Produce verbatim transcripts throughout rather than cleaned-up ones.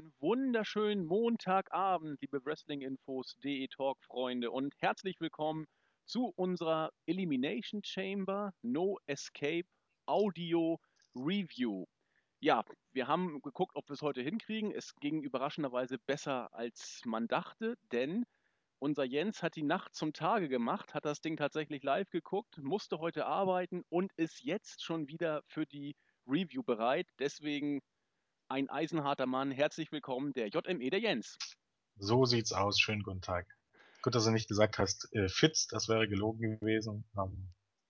Einen wunderschönen Montagabend, liebe Wrestling-Infos punkt de Talk-Freunde und herzlich willkommen zu unserer Elimination Chamber No Escape Audio Review. Ja, wir haben geguckt, ob wir es heute hinkriegen. Es ging überraschenderweise besser, als man dachte, denn unser Jens hat die Nacht zum Tage gemacht, hat das Ding tatsächlich live geguckt, musste heute arbeiten und ist jetzt schon wieder für die Review bereit. Deswegen ein eisenharter Mann. Herzlich willkommen, der J M E, der Jens. So sieht's aus. Schönen guten Tag. Gut, dass du nicht gesagt hast, äh, fit, das wäre gelogen gewesen. Ähm,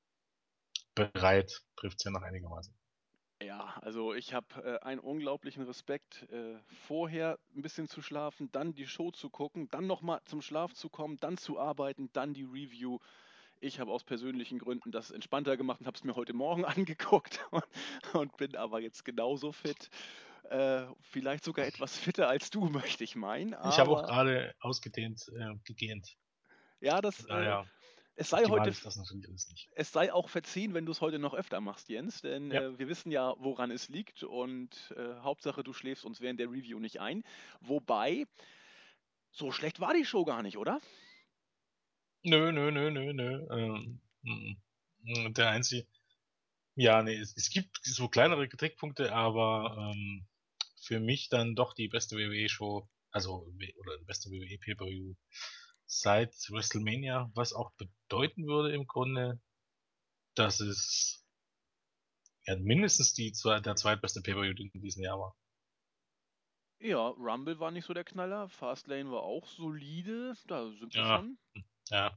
bereit trifft's ja noch einigermaßen. Ja, also ich habe äh, einen unglaublichen Respekt, äh, vorher ein bisschen zu schlafen, dann die Show zu gucken, dann nochmal zum Schlaf zu kommen, dann zu arbeiten, dann die Review. Ich habe aus persönlichen Gründen das entspannter gemacht und habe es mir heute Morgen angeguckt und, und bin aber jetzt genauso fit. Äh, vielleicht sogar etwas fitter als du, möchte ich meinen. Ich habe auch Aber gerade ausgedehnt, äh, gegähnt. ja, das, Von äh, daher, es sei optimal heute ist das natürlich alles nicht. Es sei auch verziehen, wenn du es heute noch öfter machst, Jens, denn Ja. äh, wir wissen ja, woran es liegt und äh, Hauptsache, du schläfst uns während der Review nicht ein. Wobei, so schlecht war die Show gar nicht, oder? Nö, nö, nö, nö, nö. Ähm, mm, mm, der einzige, ja, nee, es, es gibt so kleinere Kritikpunkte, aber ähm, für mich dann doch die beste W W E-Show, also W- oder die beste W W E Pay-Per-View seit WrestleMania, was auch bedeuten würde im Grunde, dass es ja mindestens die zwei, der zweitbeste Pay-Per-View in diesem Jahr war. Ja, Rumble war nicht so der Knaller, Fastlane war auch solide, da sind wir Ja, schon. ja,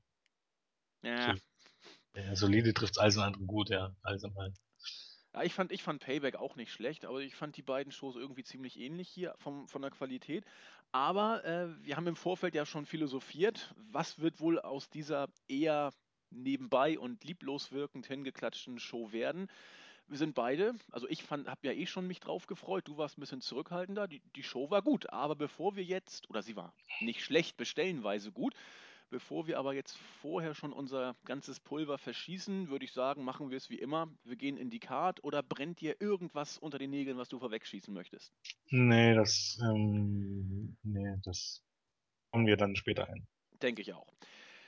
Ja, sol ja, solide trifft's alles in anderen gut, ja, allgemein. ja ich, fand, ich fand Payback auch nicht schlecht, aber ich fand die beiden Shows irgendwie ziemlich ähnlich hier vom, von der Qualität. Aber äh, wir haben im Vorfeld ja schon philosophiert, was wird wohl aus dieser eher nebenbei und lieblos wirkend hingeklatschten Show werden. Wir sind beide, also ich fand, habe ja eh schon mich drauf gefreut, du warst ein bisschen zurückhaltender, die, die Show war gut, aber bevor wir jetzt, oder sie war nicht schlecht, bestellenweise gut, bevor wir aber jetzt vorher schon unser ganzes Pulver verschießen, würde ich sagen, machen wir es wie immer, wir gehen in die Card oder brennt dir irgendwas unter den Nägeln, was du vorwegschießen möchtest? Nee, das, ähm, nee, das kommen wir dann später ein. Denke ich auch.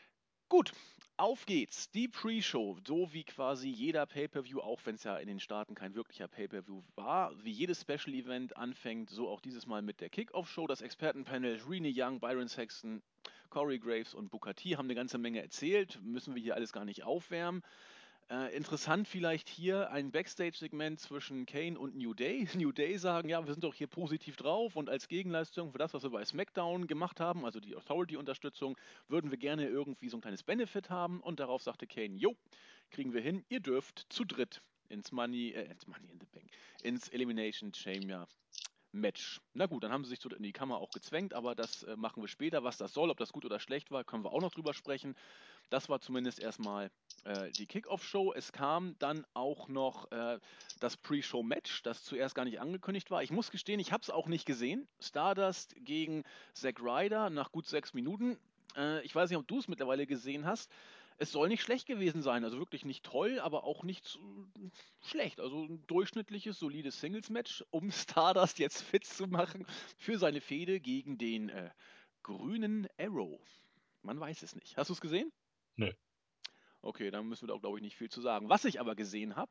Gut, auf geht's. Die Pre-Show, so wie quasi jeder Pay-Per-View, auch wenn es ja in den Staaten kein wirklicher Pay-Per-View war, wie jedes Special-Event anfängt, so auch dieses Mal mit der Kick-Off-Show. Das Expertenpanel Renee Young, Byron Saxton, Corey Graves und Booker T haben eine ganze Menge erzählt. Müssen wir hier alles gar nicht aufwärmen. Äh, interessant vielleicht hier ein Backstage-Segment zwischen Kane und New Day. New Day sagen, ja, wir sind doch hier positiv drauf und als Gegenleistung für das, was wir bei SmackDown gemacht haben, also die Authority-Unterstützung, würden wir gerne irgendwie so ein kleines Benefit haben. Und darauf sagte Kane, jo, kriegen wir hin, ihr dürft zu dritt ins Money, äh, ins Money in the Bank, ins Elimination Chamber Match. Na gut, dann haben sie sich so in die Kammer auch gezwängt, aber das äh, machen wir später. Was das soll, ob das gut oder schlecht war, können wir auch noch drüber sprechen. Das war zumindest erstmal äh, die Kickoff-Show. Es kam dann auch noch äh, das Pre-Show-Match, das zuerst gar nicht angekündigt war. Ich muss gestehen, ich habe es auch nicht gesehen. Stardust gegen Zack Ryder nach gut sechs Minuten. Äh, ich weiß nicht, ob du es mittlerweile gesehen hast. Es soll nicht schlecht gewesen sein, also wirklich nicht toll, aber auch nicht zu, schlecht. Also ein durchschnittliches, solides Singles-Match, um Stardust jetzt fit zu machen für seine Fehde gegen den äh, grünen Arrow. Man weiß es nicht. Hast du es gesehen? Nö. Okay, dann müssen wir da, glaube ich, nicht viel zu sagen. Was ich aber gesehen habe,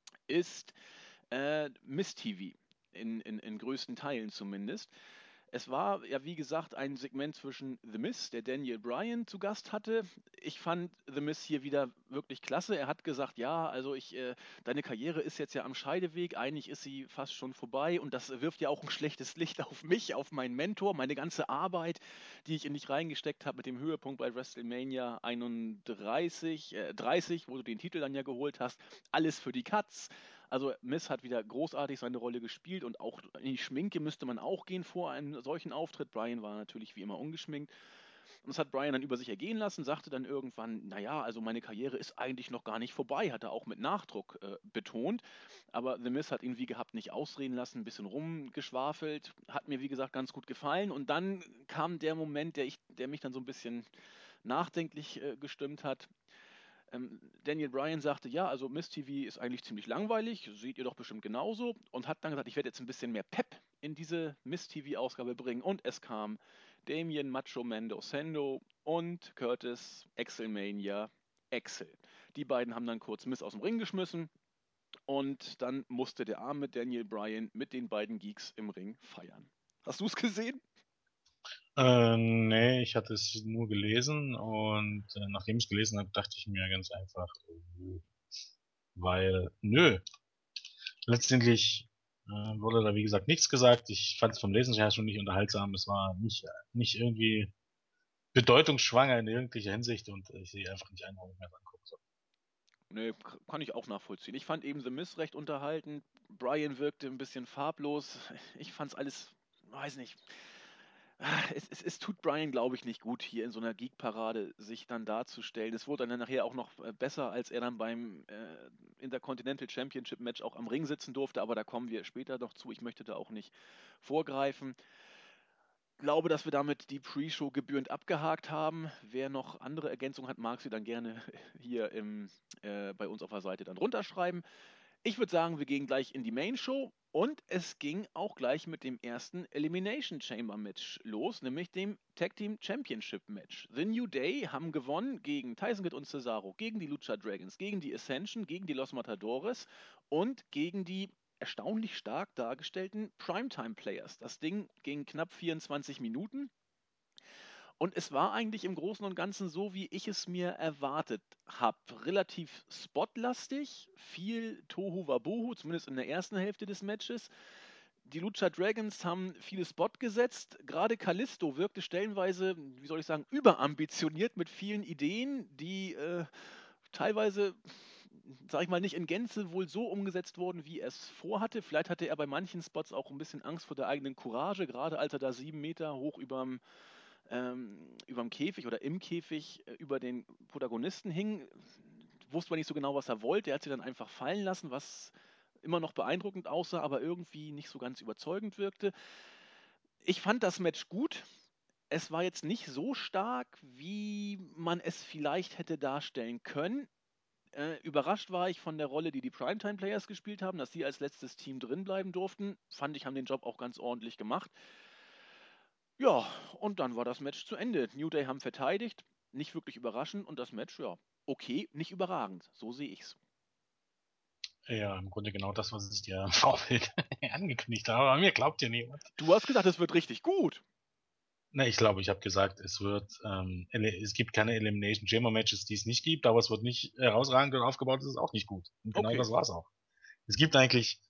ist äh, Miss T V. In, in, in größten Teilen zumindest. Es war ja, wie gesagt, ein Segment zwischen The Miz, der Daniel Bryan zu Gast hatte. Ich fand The Miz hier wieder wirklich klasse. Er hat gesagt, ja, also ich, äh, deine Karriere ist jetzt ja am Scheideweg, eigentlich ist sie fast schon vorbei und das wirft ja auch ein schlechtes Licht auf mich, auf meinen Mentor, meine ganze Arbeit, die ich in dich reingesteckt habe mit dem Höhepunkt bei WrestleMania einunddreißig, äh, dreißig, wo du den Titel dann ja geholt hast. Alles für die Katz. Also Miz hat wieder großartig seine Rolle gespielt und auch in die Schminke müsste man auch gehen vor einem solchen Auftritt. Brian war natürlich wie immer ungeschminkt. Und das hat Brian dann über sich ergehen lassen, sagte dann irgendwann, naja, also meine Karriere ist eigentlich noch gar nicht vorbei, hat er auch mit Nachdruck äh, betont. Aber The Miz hat ihn wie gehabt nicht ausreden lassen, ein bisschen rumgeschwafelt, hat mir wie gesagt ganz gut gefallen. Und dann kam der Moment, der, ich, der mich dann so ein bisschen nachdenklich äh, gestimmt hat. Ähm, Daniel Bryan sagte, ja, also Miz T V ist eigentlich ziemlich langweilig, seht ihr doch bestimmt genauso. Und hat dann gesagt, ich werde jetzt ein bisschen mehr Pep in diese Miz T V-Ausgabe bringen. Und es kam Damien Macho Man Dos Santos und Curtis Axelmania Axel. Die beiden haben dann kurz Miz aus dem Ring geschmissen. Und dann musste der arme Daniel Bryan mit den beiden Geeks im Ring feiern. Hast du es gesehen? Äh, nee, ich hatte es nur gelesen und äh, nachdem ich es gelesen habe, dachte ich mir ganz einfach, äh, nö. Weil, nö, letztendlich äh, wurde da wie gesagt nichts gesagt. Ich fand es vom Lesen her schon nicht unterhaltsam. Es war nicht, nicht irgendwie bedeutungsschwanger in irgendeiner Hinsicht und ich sehe einfach nicht ein, warum ich mir das angucken soll. Nee, k- kann ich auch nachvollziehen. Ich fand eben The Miz recht unterhaltend. Brian wirkte ein bisschen farblos. Ich fand's alles, weiß nicht. Ah, Es, es, es tut Brian, glaube ich, nicht gut, hier in so einer Geek-Parade sich dann darzustellen. Es wurde dann nachher auch noch äh, besser, als er dann beim äh, Intercontinental Championship Match auch am Ring sitzen durfte, aber da kommen wir später noch zu. Ich möchte da auch nicht vorgreifen. Glaube, dass wir damit die Pre-Show gebührend abgehakt haben. Wer noch andere Ergänzungen hat, mag sie dann gerne hier im, äh, bei uns auf der Seite dann runterschreiben. Ich würde sagen, wir gehen gleich in die Main Show und es ging auch gleich mit dem ersten Elimination Chamber Match los, nämlich dem Tag Team Championship Match. The New Day haben gewonnen gegen Tyson Kidd und Cesaro, gegen die Lucha Dragons, gegen die Ascension, gegen die Los Matadores und gegen die erstaunlich stark dargestellten Primetime Players. Das Ding ging knapp vierundzwanzig Minuten und es war eigentlich im Großen und Ganzen so, wie ich es mir erwartet habe. Relativ spotlastig, viel Tohu Wabohu, zumindest in der ersten Hälfte des Matches. Die Lucha Dragons haben viele Spot gesetzt. Gerade Kalisto wirkte stellenweise, wie soll ich sagen, überambitioniert mit vielen Ideen, die äh, teilweise, sag ich mal, nicht in Gänze wohl so umgesetzt wurden, wie er es vorhatte. Vielleicht hatte er bei manchen Spots auch ein bisschen Angst vor der eigenen Courage, gerade als er da sieben Meter hoch überm ähm, überm Käfig oder im Käfig äh, über den Protagonisten hing. Wusste man nicht so genau, was er wollte. Er hat sie dann einfach fallen lassen, was immer noch beeindruckend aussah, aber irgendwie nicht so ganz überzeugend wirkte. Ich fand das Match gut. Es war jetzt nicht so stark, wie man es vielleicht hätte darstellen können. Äh, überrascht war ich von der Rolle, die die Primetime Players gespielt haben, dass sie als letztes Team drin bleiben durften. Fand ich, haben den Job auch ganz ordentlich gemacht. Ja, und dann war das Match zu Ende. New Day haben verteidigt, nicht wirklich überraschend und das Match, ja, okay, nicht überragend. So sehe ich's. Ja, im Grunde genau das, was ich dir im Vorfeld angekündigt habe, aber mir glaubt ja niemand. Du hast gesagt, es wird richtig gut. Na, ich glaube, ich habe gesagt, es wird, ähm, ele- es gibt keine Elimination Chamber Matches, die es nicht gibt, aber es wird nicht herausragend und aufgebaut, ist es auch nicht gut. Und genau Okay. das war's auch. Es gibt eigentlich,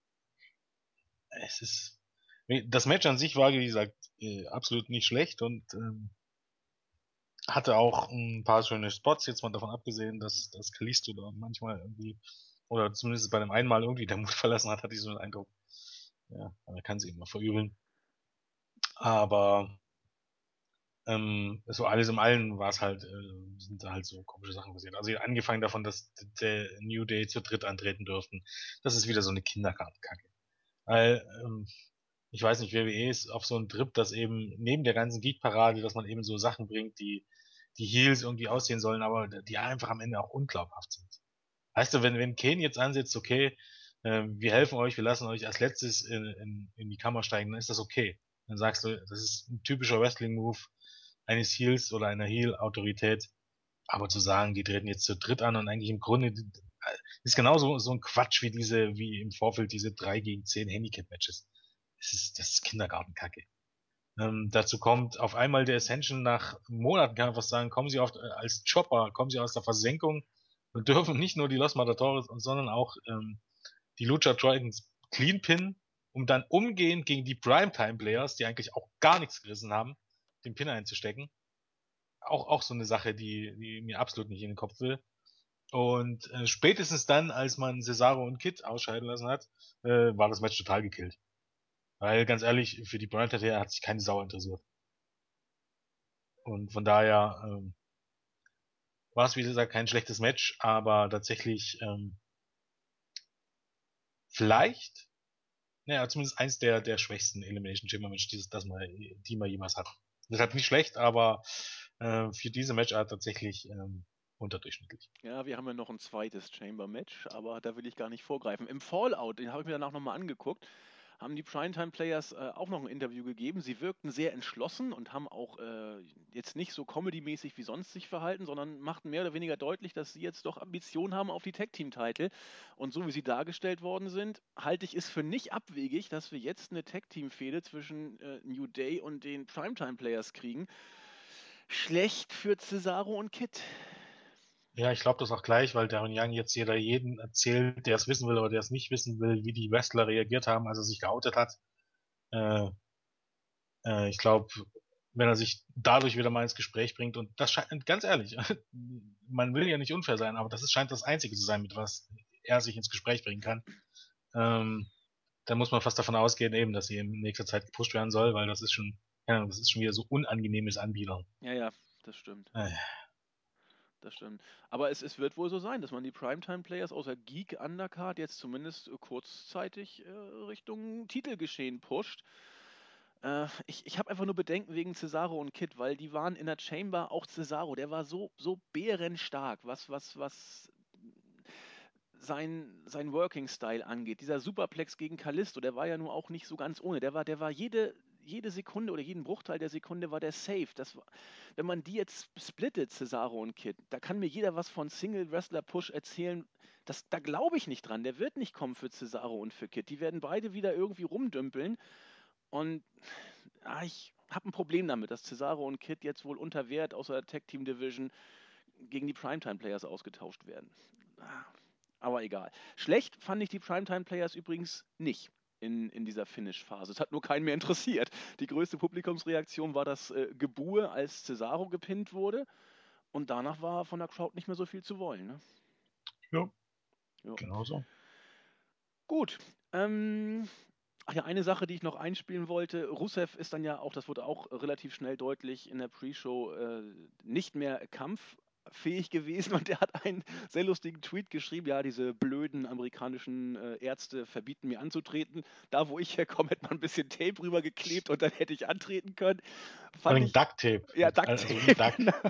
es ist, das Match an sich war, wie gesagt, äh, absolut nicht schlecht und ähm, hatte auch ein paar schöne Spots, jetzt mal davon abgesehen, dass, dass Kalisto da manchmal irgendwie, oder zumindest bei dem einen Mal irgendwie der Mut verlassen hat, hatte ich so den Eindruck. Ja, man kann sie immer verübeln. Aber Ähm, so alles im Allen war es halt, äh, sind da halt so komische Sachen passiert. Also angefangen davon, dass der New Day zu dritt antreten durften. Das ist wieder so eine Kindergartenkacke. Weil, ähm, ich weiß nicht, W W E ist auf so einem Trip, dass eben neben der ganzen Geek-Parade, dass man eben so Sachen bringt, die, die Heels irgendwie aussehen sollen, aber die einfach am Ende auch unglaubhaft sind. Weißt du, wenn, wenn Kane jetzt ansetzt, okay, ähm, wir helfen euch, wir lassen euch als letztes in, in, in die Kammer steigen, dann ist das okay. Dann sagst du, das ist ein typischer Wrestling-Move eines Heels oder einer Heel-Autorität. Aber zu sagen, die treten jetzt zu dritt an und eigentlich im Grunde ist genauso so ein Quatsch wie diese, wie im Vorfeld diese drei gegen zehn Handicap-Matches. Das ist, das ist Kindergartenkacke. Ähm, dazu kommt auf einmal der Ascension nach Monaten, kann man fast sagen, kommen sie auf, äh, als Chopper, kommen sie aus der Versenkung und dürfen nicht nur die Los Matadores, sondern auch ähm, die Lucha Dragons Clean Pin, um dann umgehend gegen die Primetime Players, die eigentlich auch gar nichts gerissen haben, den Pin einzustecken. Auch, auch so eine Sache, die, die mir absolut nicht in den Kopf will. Und äh, spätestens dann, als man Cesaro und Kid ausscheiden lassen hat, äh, war das Match total gekillt. Weil ganz ehrlich, für die Primetime hat sich keine Sau interessiert. Und von daher ähm, war es, wie gesagt, kein schlechtes Match, aber tatsächlich ähm, vielleicht, naja, zumindest eins der, der schwächsten Elimination Chamber Match, dieses, das man, die man jemals hat. Deshalb nicht schlecht, aber äh, für diese Matchart tatsächlich ähm, unterdurchschnittlich. Ja, wir haben ja noch ein zweites Chamber-Match, aber da will ich gar nicht vorgreifen. Im Fallout, den habe ich mir danach nochmal angeguckt, haben die Primetime-Players äh, auch noch ein Interview gegeben. Sie wirkten sehr entschlossen und haben auch äh, jetzt nicht so comedy-mäßig wie sonst sich verhalten, sondern machten mehr oder weniger deutlich, dass sie jetzt doch Ambitionen haben auf die Tag-Team-Titel. Und so wie sie dargestellt worden sind, halte ich es für nicht abwegig, dass wir jetzt eine Tag-Team-Fehde zwischen äh, New Day und den Primetime-Players kriegen. Schlecht für Cesaro und Kid. Ja, ich glaube das auch gleich, weil Darren Young jetzt jeder jeden erzählt, der es wissen will oder der es nicht wissen will, wie die Wrestler reagiert haben, als er sich geoutet hat. Äh, äh, ich glaube, wenn er sich dadurch wieder mal ins Gespräch bringt, und das scheint, ganz ehrlich, man will ja nicht unfair sein, aber das ist, scheint das Einzige zu sein, mit was er sich ins Gespräch bringen kann. Ähm, dann muss man fast davon ausgehen, eben, dass sie in nächster Zeit gepusht werden soll, weil das ist schon, ja, das ist schon wieder so unangenehmes Anbiedern. Ja, ja, das stimmt. Äh, Das stimmt. Aber es, es wird wohl so sein, dass man die Primetime-Players außer Geek Undercard jetzt zumindest äh, kurzzeitig äh, Richtung Titelgeschehen pusht. Äh, ich ich habe einfach nur Bedenken wegen Cesaro und Kid, weil die waren in der Chamber, auch Cesaro, der war so, so bärenstark, was, was, was sein, sein Working-Style angeht. Dieser Superplex gegen Kalisto, der war ja nur auch nicht so ganz ohne. Der war, der war jede, jede Sekunde oder jeden Bruchteil der Sekunde war der safe. Das war, wenn man die jetzt splittet, Cesaro und Kid, da kann mir jeder was von Single-Wrestler-Push erzählen. Das, da glaube ich nicht dran. Der wird nicht kommen für Cesaro und für Kid. Die werden beide wieder irgendwie rumdümpeln. Und ah, ich habe ein Problem damit, dass Cesaro und Kid jetzt wohl unter Wert außer der Tag Team Division gegen die Primetime Players ausgetauscht werden. Ah, aber egal. Schlecht fand ich die Primetime Players übrigens nicht in, in dieser Finish-Phase. Es hat nur keinen mehr interessiert. Die größte Publikumsreaktion war das äh, Gebuhe, als Cesaro gepinnt wurde. Und danach war von der Crowd nicht mehr so viel zu wollen. Ne? ja, Ja. genau so. Gut. Ähm, ach ja, eine Sache, die ich noch einspielen wollte. Rusev ist dann ja auch, das wurde auch relativ schnell deutlich in der Pre-Show, äh, nicht mehr kampffähig gewesen und er hat einen sehr lustigen Tweet geschrieben, ja, diese blöden amerikanischen äh, Ärzte verbieten mir anzutreten. Da, wo ich herkomme, hätte man ein bisschen Tape rüber geklebt und dann hätte ich antreten können. Vor Fand allem ich, Ducktape, ja, mit, also wie Ducktape, Duck genau.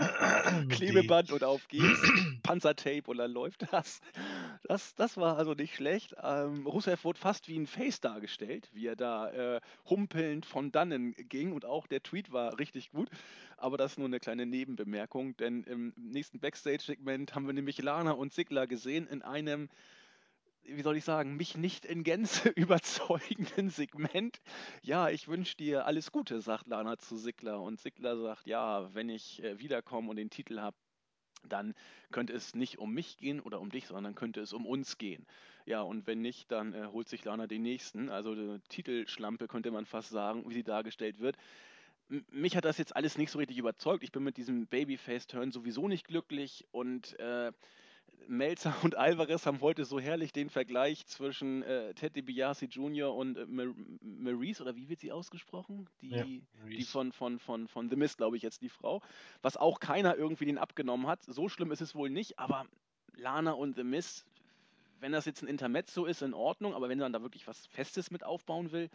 mit D. Klebeband und auf geht's. Panzertape und dann läuft das. Das, das war also nicht schlecht. Ähm, Rusev wurde fast wie ein Face dargestellt, wie er da äh, humpelnd von dannen ging und auch der Tweet war richtig gut. Aber das ist nur eine kleine Nebenbemerkung, denn im nächsten Backstage-Segment haben wir nämlich Lana und Sigler gesehen in einem, wie soll ich sagen, mich nicht in Gänze überzeugenden Segment. Ja, ich wünsche dir alles Gute, sagt Lana zu Sigler. Und Sigler sagt, ja, wenn ich äh, wiederkomme und den Titel habe, dann könnte es nicht um mich gehen oder um dich, sondern könnte es um uns gehen. Ja, und wenn nicht, dann äh, holt sich Lana den nächsten. Also eine Titelschlampe könnte man fast sagen, wie sie dargestellt wird. M mich hat das jetzt alles nicht so richtig überzeugt. Ich bin mit diesem Babyface-Turn sowieso nicht glücklich und äh, Melzer und Alvarez haben heute so herrlich den Vergleich zwischen äh, Ted DiBiase Junior und äh, Mar Maurice, oder wie wird sie ausgesprochen? Ja, Die, die Reese. von, von, von, von The Mist, glaube ich, jetzt die Frau. Was auch keiner irgendwie den abgenommen hat. So schlimm ist es wohl nicht, aber Lana und The Mist, wenn das jetzt ein Intermezzo ist, in Ordnung, aber wenn man da wirklich was Festes mit aufbauen will,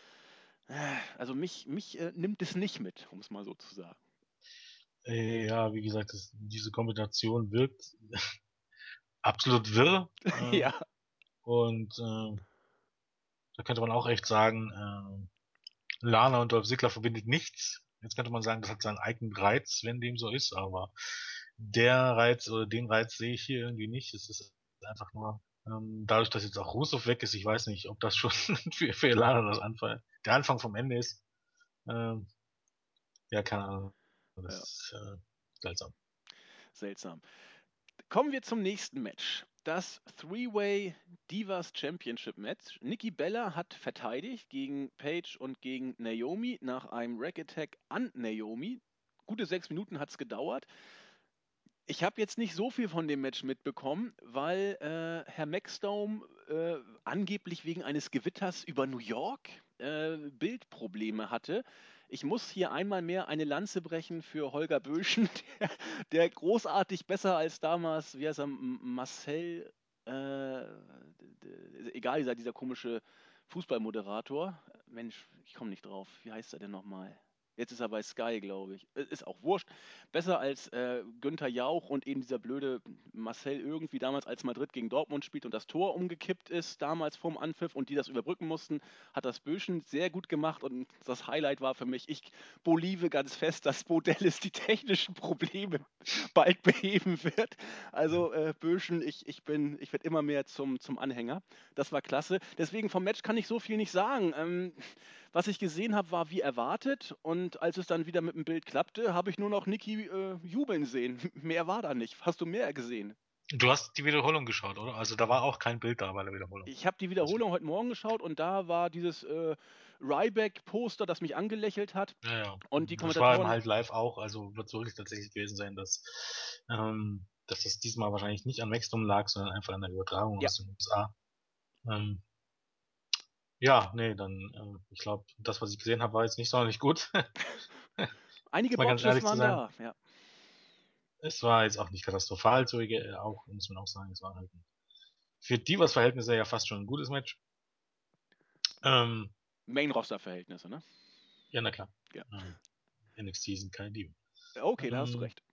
äh, also mich, mich äh, nimmt es nicht mit, um es mal so zu sagen. Äh, ja, wie gesagt, das, diese Kombination wirkt absolut wirr. Äh, Ja, und äh, da könnte man auch echt sagen, äh, Lana und Dolph Ziggler verbindet nichts. Jetzt könnte man sagen, das hat seinen eigenen Reiz, wenn dem so ist, aber der Reiz oder den Reiz sehe ich hier irgendwie nicht. Es ist einfach nur, ähm, dadurch, dass jetzt auch Rusev weg ist, ich weiß nicht, ob das schon für, für Lana das Anfang, der Anfang vom Ende ist. Ähm, ja, keine Ahnung. Das ja, ist äh, seltsam. seltsam. Kommen wir zum nächsten Match. Das Three-Way Divas Championship Match. Nikki Bella hat verteidigt gegen Paige und gegen Naomi nach einem Rack Attack an Naomi. Gute sechs Minuten hat es gedauert. Ich habe jetzt nicht so viel von dem Match mitbekommen, weil äh, Herr Maxdome äh, angeblich wegen eines Gewitters über New York äh, Bildprobleme hatte. Ich muss hier einmal mehr eine Lanze brechen für Holger Böschen, der, der großartig besser als damals, wie heißt er, M- Marcel, äh, d- d- egal, dieser, dieser komische Fußballmoderator. Mensch, ich komme nicht drauf. Wie heißt er denn nochmal? Jetzt ist er bei Sky, glaube ich. Äh, Ist auch wurscht. Besser als äh, Günther Jauch und eben dieser blöde Marcel irgendwie damals, als Madrid gegen Dortmund spielt und das Tor umgekippt ist, damals vorm Anpfiff und die das überbrücken mussten, hat das Böschen sehr gut gemacht und das Highlight war für mich, ich believe ganz fest, dass Bodellis die technischen Probleme bald beheben wird. Also äh, Böschen, ich, ich bin, ich werde immer mehr zum, zum Anhänger. Das war klasse. Deswegen vom Match kann ich so viel nicht sagen. Ähm, was ich gesehen habe, war wie erwartet. Und als es dann wieder mit dem Bild klappte, habe ich nur noch Niki äh, jubeln sehen. Mehr war da nicht. Hast du mehr gesehen? Du hast die Wiederholung geschaut, oder? Also da war auch kein Bild da bei der Wiederholung. Ich habe die Was ich, Wiederholung heute Morgen geschaut und da war dieses äh, Ryback-Poster, das mich angelächelt hat. ja, ja. Und die Das war eben Kommentatoren, halt live auch, also wird es wirklich tatsächlich gewesen sein, dass, ähm, dass das diesmal wahrscheinlich nicht an Maxdom lag, sondern einfach an der Übertragung ja, aus den U S A. Ähm, ja, nee, dann, äh, ich glaube, das, was ich gesehen habe, war jetzt nicht sonderlich gut. einige Mal ganz Botches ehrlich zu waren sein. da. Ja. Es war jetzt auch nicht katastrophal, so äh, auch, muss man auch sagen, es war halt ein, für Divas Verhältnisse ja fast schon ein gutes Match. Ähm, Main-Roster-Verhältnisse, ne? ja, na klar. Ja. Ähm, N X T sind keine Diven. Okay, da hast du Ähm, recht.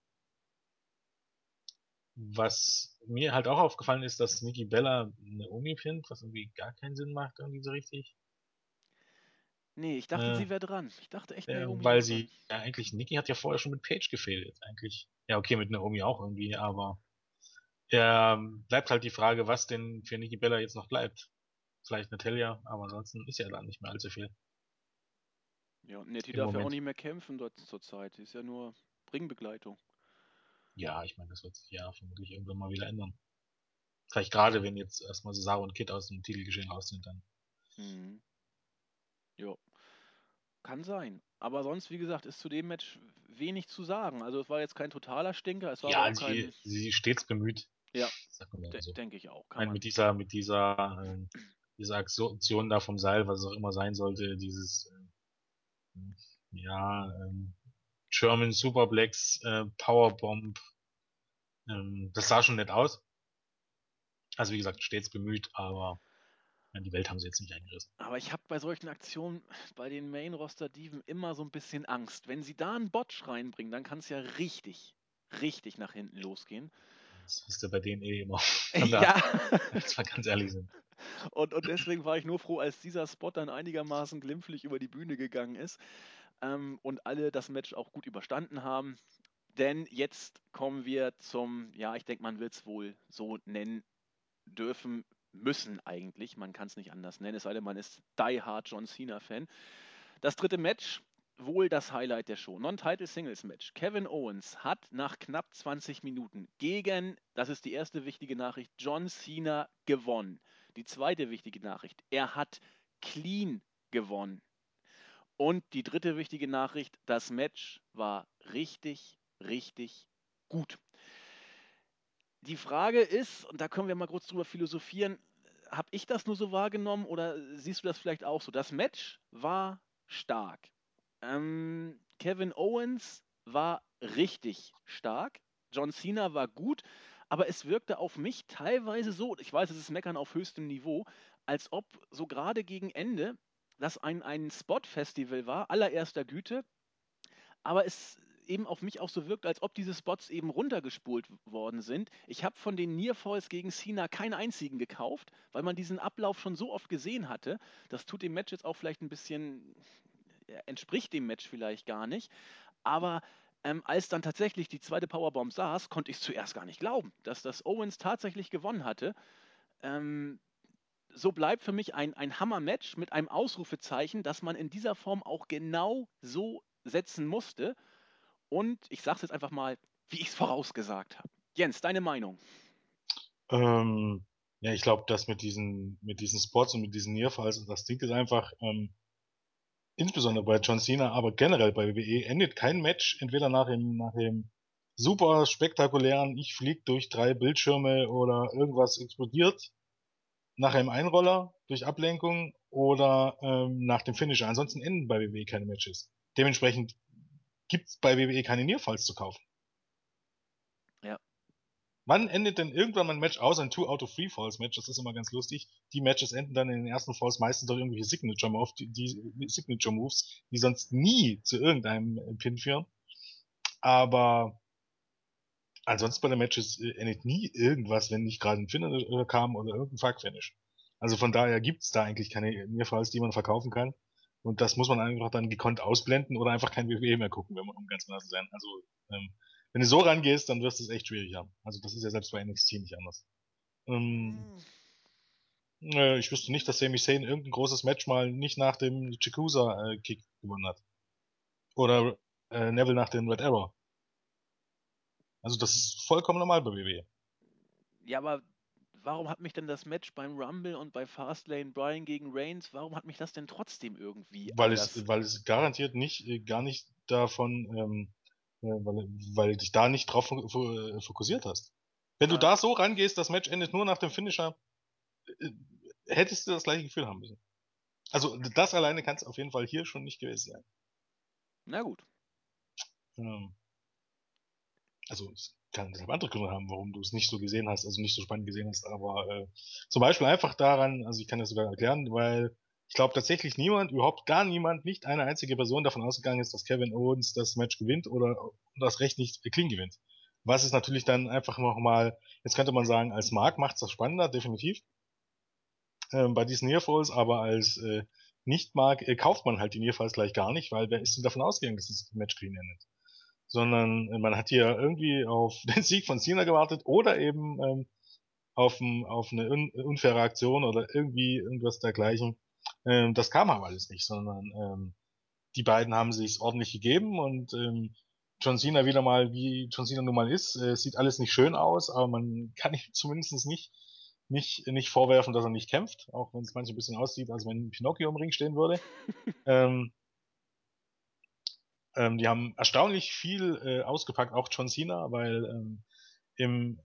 Was mir halt auch aufgefallen ist, dass Nikki Bella eine Omi pinnt, was irgendwie gar keinen Sinn macht, irgendwie so richtig. Nee, ich dachte, Äh, sie wäre dran. Ich dachte echt, äh, Naomi wäre weil dran. sie ja eigentlich, Nikki hat ja vorher schon mit Paige gefädelt. Eigentlich, ja, okay, mit Naomi auch irgendwie, aber ja, bleibt halt die Frage, was denn für Nikki Bella jetzt noch bleibt. Vielleicht Natalia, aber ansonsten ist ja da nicht mehr allzu viel Ja, und Nettie im darf ja auch Moment. nicht mehr kämpfen dort zur Zeit. Die ist ja nur Ringbegleitung. Ja, ich meine, das wird sich ja vermutlich irgendwann mal wieder ändern. Vielleicht gerade, wenn jetzt erstmal Cesaro und Kid aus dem Titelgeschehen raus sind, dann. Mhm. Ja, kann sein. Aber sonst, wie gesagt, ist zu dem Match wenig zu sagen. Also es war jetzt kein totaler Stinker, es war aber Ja, auch sie, kein, sie ist stets bemüht, ja, sagt man de mal so. denke ich auch. Kann Meine, man. mit dieser, mit dieser, ähm, dieser Aktion da vom Seil, was es auch immer sein sollte, dieses, ähm, ja, ähm, German Superplex, äh, Powerbomb, ähm, das sah schon nett aus. Also wie gesagt, stets bemüht, aber ja, die Welt haben sie jetzt nicht eingerissen. Aber ich habe bei solchen Aktionen bei den Main-Roster-Diven immer so ein bisschen Angst. Wenn sie da einen Botch reinbringen, dann kann es ja richtig, richtig nach hinten losgehen. Das ist ja bei denen eh immer. Von da, Ja, jetzt mal ganz ehrlich sind. und, und deswegen war ich nur froh, als dieser Spot dann einigermaßen glimpflich über die Bühne gegangen ist ähm, und alle das Match auch gut überstanden haben. Denn jetzt kommen wir zum, ja, ich denke, man wird es wohl so nennen dürfen, müssen eigentlich. Man kann es nicht anders nennen, es sei denn, man ist Die Hard John Cena-Fan. Das dritte Match, wohl das Highlight der Show. Non-Title Singles Match. Kevin Owens hat nach knapp zwanzig Minuten gegen, das ist die erste wichtige Nachricht, John Cena gewonnen. Die zweite wichtige Nachricht, er hat clean gewonnen. Und die dritte wichtige Nachricht, das Match war richtig, richtig gut. Die Frage ist, und da können wir mal kurz drüber philosophieren, habe ich das nur so wahrgenommen oder siehst du das vielleicht auch so? Das Match war stark. Ähm, Kevin Owens war richtig stark. John Cena war gut, aber es wirkte auf mich teilweise so, ich weiß, es ist Meckern auf höchstem Niveau, als ob so gerade gegen Ende das ein, ein Spot-Festival war, allererster Güte, aber es eben auf mich auch so wirkt, als ob diese Spots eben runtergespult worden sind. Ich habe von den Nearfalls gegen Cena keinen einzigen gekauft, weil man diesen Ablauf schon so oft gesehen hatte. Das tut dem Match jetzt auch vielleicht ein bisschen, ja, entspricht dem Match vielleicht gar nicht. Aber ähm, als dann tatsächlich die zweite Powerbomb saß, konnte ich es zuerst gar nicht glauben, dass das Owens tatsächlich gewonnen hatte. Ähm, so bleibt für mich ein, ein Hammer-Match mit einem Ausrufezeichen, das man in dieser Form auch genau so setzen musste. Und ich sage es jetzt einfach mal, wie ich es vorausgesagt habe. Jens, deine Meinung? Ähm, ja, ich glaube, dass mit diesen, mit diesen Spots und mit diesen Nearfalls, das Ding ist einfach, ähm, insbesondere bei John Cena, aber generell bei W W E, endet kein Match entweder nach dem, nach dem super spektakulären, ich flieg durch drei Bildschirme oder irgendwas explodiert, nach einem Einroller durch Ablenkung oder ähm, nach dem Finisher. Ansonsten enden bei W W E keine Matches. Dementsprechend gibt's bei W W E keine Nearfalls zu kaufen. Ja, Wann endet denn irgendwann mal ein Match außer ein Two-out-of-Three-Falls-Match? Das ist immer ganz lustig. Die Matches enden dann in den ersten Falls meistens durch irgendwelche Signature-Moves, die, die Signature-Moves, die sonst nie zu irgendeinem äh, Pin führen. Aber ansonsten bei den Matches äh, endet nie irgendwas, wenn nicht gerade ein Finisher kam oder irgendein Fuck-Finish. Also von daher gibt's da eigentlich keine Nearfalls, die man verkaufen kann. Und das muss man einfach dann gekonnt ausblenden oder einfach kein W W E mehr gucken, wenn man um ganz genau zu sein. Also ähm, wenn du so rangehst, dann wirst du es echt schwierig haben. Also das ist ja selbst bei N X T nicht anders. Ähm, Hm, äh, ich wüsste nicht, dass Sami Zayn irgendein großes Match mal nicht nach dem Chikusa-Kick gewonnen hat. Oder äh, Neville nach dem Red Arrow. Also das ist vollkommen normal bei W W E. ja, aber warum hat mich denn das Match beim Rumble und bei Fastlane Bryan gegen Reigns, warum hat mich das denn trotzdem irgendwie Weil es, anders? weil es garantiert nicht, äh, gar nicht davon, ähm, äh, weil, weil du dich da nicht drauf fo fo- äh, fokussiert hast. Wenn du Ah, da so rangehst, das Match endet nur nach dem Finisher, äh, hättest du das gleiche Gefühl haben müssen. Also das alleine kann es auf jeden Fall hier schon nicht gewesen sein. na gut. Ähm, also es kann deshalb andere Gründe haben, warum du es nicht so gesehen hast, also nicht so spannend gesehen hast, aber äh, zum Beispiel einfach daran, also ich kann das sogar erklären, weil ich glaube tatsächlich niemand, überhaupt gar niemand, nicht eine einzige Person davon ausgegangen ist, dass Kevin Owens das Match gewinnt oder das Recht nicht clean gewinnt. Was ist natürlich dann einfach nochmal, jetzt könnte man sagen, als Mark macht es das spannender, definitiv, ähm, bei diesen Nearfalls, aber als äh, Nicht-Mark äh, kauft man halt die Nearfalls gleich gar nicht, weil wer ist denn davon ausgegangen, dass das Match clean endet? Sondern äh, man hat hier irgendwie auf den Sieg von Cena gewartet oder eben ähm, auf, ein, auf eine un unfaire Aktion oder irgendwie irgendwas dergleichen. Ähm, das kam aber alles nicht, sondern ähm, die beiden haben sich ordentlich gegeben und ähm, John Cena wieder mal, wie John Cena nun mal ist, äh, sieht alles nicht schön aus, aber man kann ihm zumindest nicht, nicht, nicht vorwerfen, dass er nicht kämpft, auch wenn es manchmal ein bisschen aussieht, als wenn Pinocchio im Ring stehen würde. Ähm, ähm, die haben erstaunlich viel äh, ausgepackt, auch John Cena, weil ähm, im,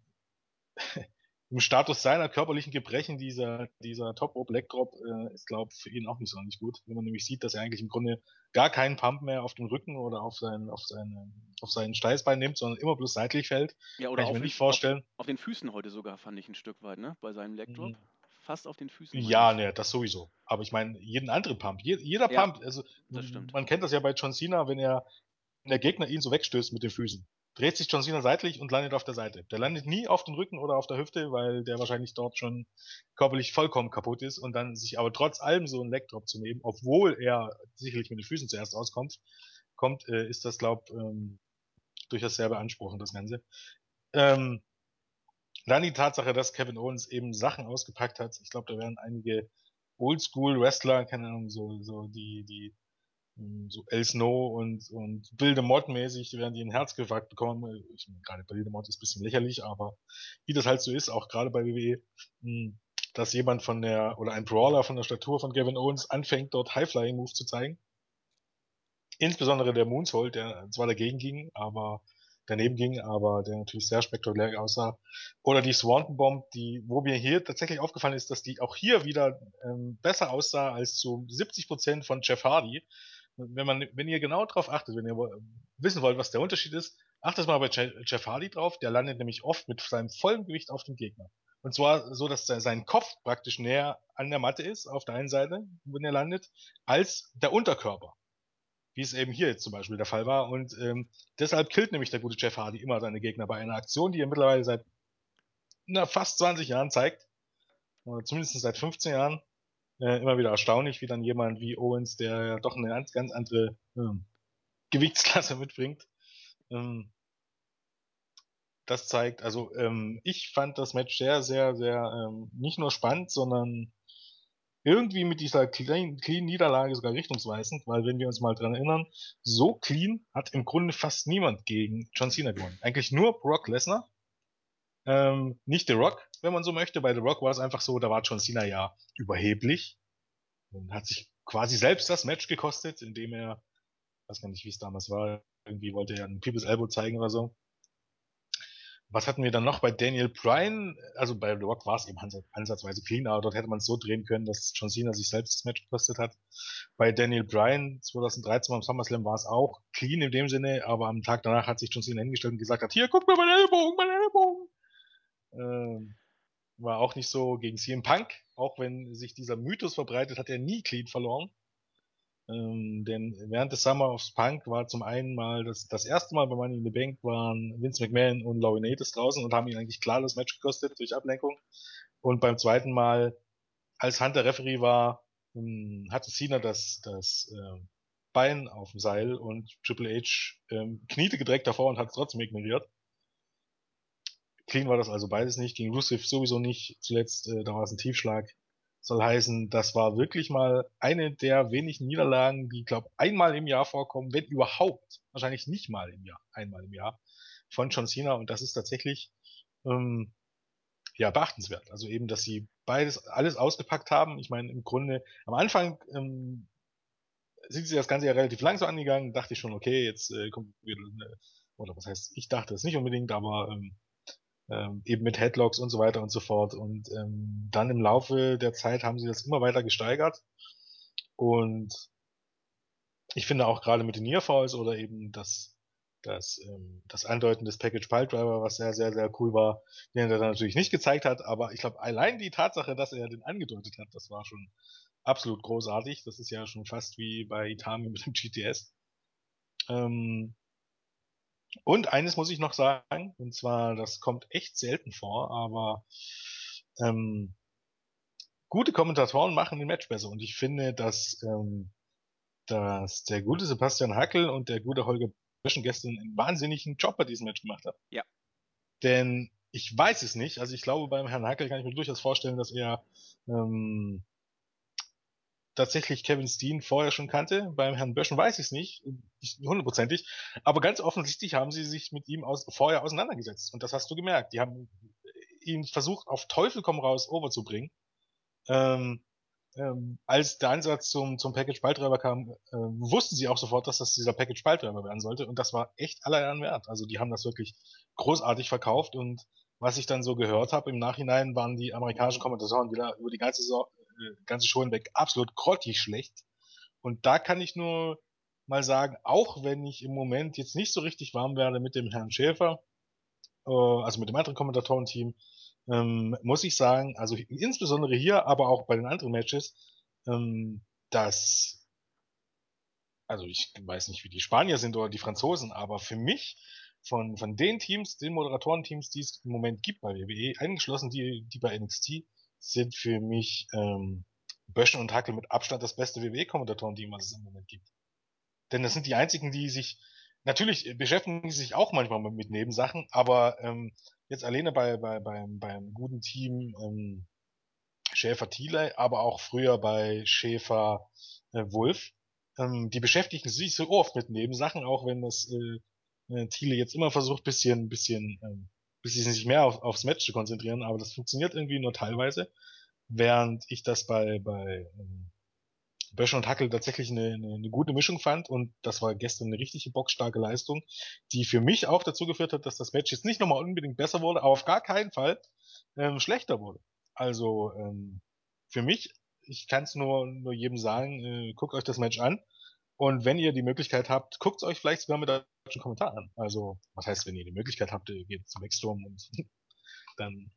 im Status seiner körperlichen Gebrechen dieser, dieser Top Rope Leg Drop äh, ist, glaube ich, für ihn auch nicht so nicht gut. Wenn man nämlich sieht, dass er eigentlich im Grunde gar keinen Pump mehr auf den Rücken oder auf sein, auf seine, auf sein Steißbein nimmt, sondern immer bloß seitlich fällt, Ja, kann oder ich mir auf, nicht den, auf, vorstellen. auf den Füßen heute sogar, fand ich ein Stück weit, ne? Bei seinem Leg Drop. Hm, Fast auf den Füßen, meine ja, ich. ne, das sowieso. Aber ich meine, jeden anderen Pump, je, jeder Ja, Pump, also das stimmt. man kennt das ja bei John Cena, wenn er wenn der Gegner ihn so wegstößt mit den Füßen, dreht sich John Cena seitlich und landet auf der Seite. Der landet nie auf den Rücken oder auf der Hüfte, weil der wahrscheinlich dort schon körperlich vollkommen kaputt ist und dann sich aber trotz allem so einen Legdrop zu nehmen, obwohl er sicherlich mit den Füßen zuerst auskommt, kommt, äh, ist das, glaub, ähm, durchaus sehr beanspruchend, das Ganze. Ähm, dann die Tatsache, dass Kevin Owens eben Sachen ausgepackt hat. Ich glaube, da werden einige Oldschool-Wrestler, keine Ahnung, so, so die, die ähm, so El Snow und, und Bildemott mäßig, die werden die ein Herz gefragt bekommen. Ich meine, gerade Bildemott ist ein bisschen lächerlich, aber wie das halt so ist, auch gerade bei W W E, mh, dass jemand von der, oder ein Brawler von der Statur von Kevin Owens anfängt, dort High-Flying-Moves zu zeigen. Insbesondere der Moonsault, der zwar dagegen ging, aber daneben ging, aber der natürlich sehr spektakulär aussah. Oder die Swanton Bomb, die, wo mir hier tatsächlich aufgefallen ist, dass die auch hier wieder ähm, besser aussah als zu siebzig Prozent von Jeff Hardy. Wenn man, wenn ihr genau darauf achtet, wenn ihr wissen wollt, was der Unterschied ist, achtet mal bei Jeff Hardy drauf. Der landet nämlich oft mit seinem vollen Gewicht auf dem Gegner. Und zwar so, dass sein Kopf praktisch näher an der Matte ist, auf der einen Seite, wenn er landet, als der Unterkörper, wie es eben hier jetzt zum Beispiel der Fall war. Und ähm, deshalb killt nämlich der gute Jeff Hardy immer seine Gegner bei einer Aktion, die er mittlerweile seit na, fast zwanzig Jahren zeigt, oder zumindest seit fünfzehn Jahren. Äh, immer wieder erstaunlich, wie dann jemand wie Owens, der ja doch eine ganz, ganz andere ähm, Gewichtsklasse mitbringt, ähm, das zeigt. Also ähm, ich fand das Match sehr, sehr, sehr ähm, nicht nur spannend, sondern irgendwie mit dieser clean, clean Niederlage sogar richtungsweisend, weil wenn wir uns mal dran erinnern, so clean hat im Grunde fast niemand gegen John Cena gewonnen. Eigentlich nur Brock Lesnar, ähm, nicht The Rock, wenn man so möchte. Bei The Rock war es einfach so, da war John Cena ja überheblich und hat sich quasi selbst das Match gekostet, indem er, weiß gar nicht, wie es damals war, irgendwie wollte er einen People's Elbow zeigen oder so. Was hatten wir dann noch bei Daniel Bryan? Also bei The Rock war es eben ansatzweise clean, aber dort hätte man es so drehen können, dass John Cena sich selbst das Match gekostet hat. Bei Daniel Bryan zwanzig dreizehn beim SummerSlam war es auch clean in dem Sinne, aber am Tag danach hat sich John Cena hingestellt und gesagt hat, hier, guck mal, mein Ellbogen, mein Ellbogen. Ähm, war auch nicht so gegen C M Punk, auch wenn sich dieser Mythos verbreitet, hat er nie clean verloren. Ähm, denn während des Summer of Punk war zum einen mal das, das erste Mal bei Money in the Bank waren Vince McMahon und Laurinaitis draußen und haben ihn eigentlich klar das Match gekostet durch Ablenkung. Und beim zweiten Mal, als Hunter Referee war, ähm, hatte Cena das, das äh, Bein auf dem Seil und Triple H ähm, kniete gedreckt davor und hat es trotzdem ignoriert. Clean war das also beides nicht, gegen Rusev sowieso nicht. Zuletzt, äh, da war es ein Tiefschlag. Soll heißen, das war wirklich mal eine der wenigen Niederlagen, die, glaube einmal im Jahr vorkommen, wenn überhaupt. Wahrscheinlich nicht mal im Jahr, einmal im Jahr von John Cena. Und das ist tatsächlich ähm, ja beachtenswert. Also eben, dass sie beides alles ausgepackt haben. Ich meine, im Grunde am Anfang ähm, sind sie das Ganze ja relativ langsam angegangen. Dachte ich schon, okay, jetzt äh, kommt wieder eine, oder was heißt, ich dachte es nicht unbedingt, aber ähm, ähm, eben mit Headlocks und so weiter und so fort. Und ähm, dann im Laufe der Zeit haben sie das immer weiter gesteigert. Und ich finde auch gerade mit den Nearfalls oder eben das, das, ähm, das Andeuten des Package Piledriver, was sehr, sehr, sehr cool war, den er dann natürlich nicht gezeigt hat. Aber ich glaube, allein die Tatsache, dass er den angedeutet hat, das war schon absolut großartig. Das ist ja schon fast wie bei Itami mit dem G T S. Ähm, und eines muss ich noch sagen, und zwar, das kommt echt selten vor, aber ähm, gute Kommentatoren machen ein Match besser. Und ich finde, dass, ähm, dass der gute Sebastian Hackel und der gute Holger Böschen gestern einen wahnsinnigen Job bei diesem Match gemacht haben. Ja. Denn ich weiß es nicht. Also ich glaube, beim Herrn Hackel kann ich mir durchaus vorstellen, dass er ähm, tatsächlich Kevin Steen vorher schon kannte. Beim Herrn Böschen weiß ich es nicht, nicht hundertprozentig. Aber ganz offensichtlich haben sie sich mit ihm aus, vorher auseinandergesetzt. Und das hast du gemerkt. Die haben ihn versucht, auf Teufel komm raus overzubringen. Ähm, ähm, als der Ansatz zum, zum Package Balltreiber kam, äh, wussten sie auch sofort, dass das dieser Package Balltreiber werden sollte. Und das war echt aller Ehren wert. Also die haben das wirklich großartig verkauft. Und was ich dann so gehört habe, im Nachhinein waren die amerikanischen Kommentatoren wieder über die ganze, Saison, äh, ganze Show hinweg absolut grottig schlecht. Und da kann ich nur mal sagen, auch wenn ich im Moment jetzt nicht so richtig warm werde mit dem Herrn Schäfer, äh, also mit dem anderen Kommentatorenteam, ähm, muss ich sagen, also insbesondere hier, aber auch bei den anderen Matches, ähm, dass, also ich weiß nicht, wie die Spanier sind oder die Franzosen, aber für mich von, von den Teams, den Moderatorenteams, die es im Moment gibt bei W W E, eingeschlossen die, die bei N X T, sind für mich ähm, Böschen und Hackel mit Abstand das beste W W E-Kommentatorenteam, was es im Moment gibt. Denn das sind die einzigen, die sich, natürlich beschäftigen die sich auch manchmal mit Nebensachen, aber ähm, jetzt alleine bei, bei, beim, beim guten Team ähm, Schäfer-Thiele, aber auch früher bei Schäfer-Wulf, ähm, die beschäftigen sich so oft mit Nebensachen, auch wenn das äh, äh, Thiele jetzt immer versucht, bisschen, bisschen, ähm, bisschen sich mehr auf, aufs Match zu konzentrieren, aber das funktioniert irgendwie nur teilweise, während ich das bei, bei ähm, Böschel und Hackel tatsächlich eine, eine, eine gute Mischung fand und das war gestern eine richtige bockstarke Leistung, die für mich auch dazu geführt hat, dass das Match jetzt nicht nochmal unbedingt besser wurde, aber auf gar keinen Fall ähm, schlechter wurde. Also ähm, für mich, ich kann es nur, nur jedem sagen, äh, guckt euch das Match an und wenn ihr die Möglichkeit habt, guckt es euch vielleicht sogar mit deutschen Kommentar an. Also was heißt, wenn ihr die Möglichkeit habt, ihr geht zum Backstorm und dann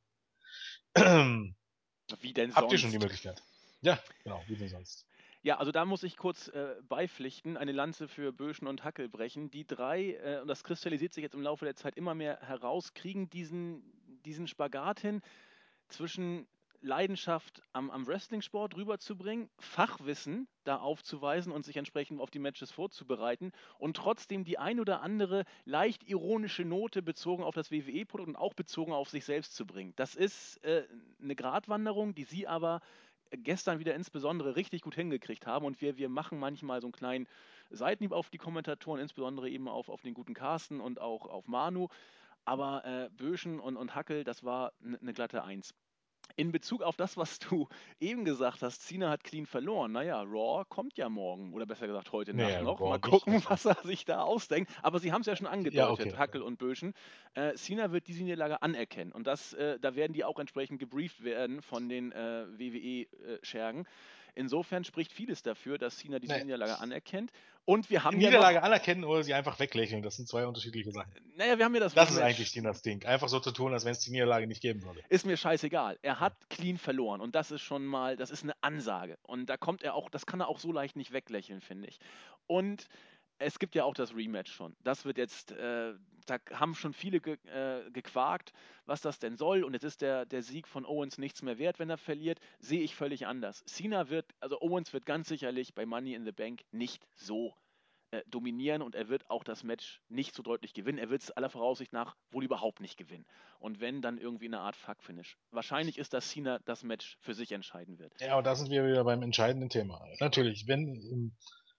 ähm, Wie denn habt ihr schon die sonst? Möglichkeit. Ja, genau, wie denn sonst. Ja, also da muss ich kurz äh, beipflichten, eine Lanze für Böschen und Hackel brechen. Die drei, äh, und das kristallisiert sich jetzt im Laufe der Zeit immer mehr heraus, kriegen diesen, diesen Spagat hin zwischen Leidenschaft am, am Wrestling-Sport rüberzubringen, Fachwissen da aufzuweisen und sich entsprechend auf die Matches vorzubereiten und trotzdem die ein oder andere leicht ironische Note bezogen auf das W W E-Produkt und auch bezogen auf sich selbst zu bringen. Das ist äh, eine Gratwanderung, die sie aber gestern wieder insbesondere richtig gut hingekriegt haben und wir, wir machen manchmal so einen kleinen Seitenhieb auf die Kommentatoren, insbesondere eben auf, auf den guten Carsten und auch auf Manu, aber äh, Böschen und, und Hackel, das war eine ne glatte Eins. In Bezug auf das, was du eben gesagt hast, Cena hat clean verloren. Naja, Raw kommt ja morgen oder besser gesagt heute Nacht Nee, noch. Mal Raw nicht, gucken, also. was er sich da ausdenkt. Aber sie haben es ja schon Ja, okay, angedeutet, okay. Hackel und Böschen. Äh, Cena wird diese Niederlage anerkennen und das, äh, da werden die auch entsprechend gebrieft werden von den äh, W W E-Schergen. Insofern spricht vieles dafür, dass Cena diese Nee. Niederlage anerkennt. Und wir haben Niederlage ja noch... anerkennen oder sie einfach weglächeln, das sind zwei unterschiedliche Sachen. Naja, wir haben ja das Das ist Rematch. eigentlich Cenas Ding. Einfach so zu tun, als wenn es die Niederlage nicht geben würde. Ist mir scheißegal. Er hat clean verloren und das ist schon mal, das ist eine Ansage. Und da kommt er auch, das kann er auch so leicht nicht weglächeln, finde ich. Und es gibt ja auch das Rematch schon. Das wird jetzt, äh, da haben schon viele ge äh, gequakt, was das denn soll. Und jetzt ist der, der Sieg von Owens nichts mehr wert, wenn er verliert. Sehe ich völlig anders. Cena wird, also Owens wird ganz sicherlich bei Money in the Bank nicht so äh, dominieren und er wird auch das Match nicht so deutlich gewinnen. Er wird es aller Voraussicht nach wohl überhaupt nicht gewinnen. Und wenn, dann irgendwie eine Art Fuck-Finish. Wahrscheinlich ist, dass Cena das Match für sich entscheiden wird. Ja, aber da sind wir wieder beim entscheidenden Thema. Natürlich, wenn, ähm,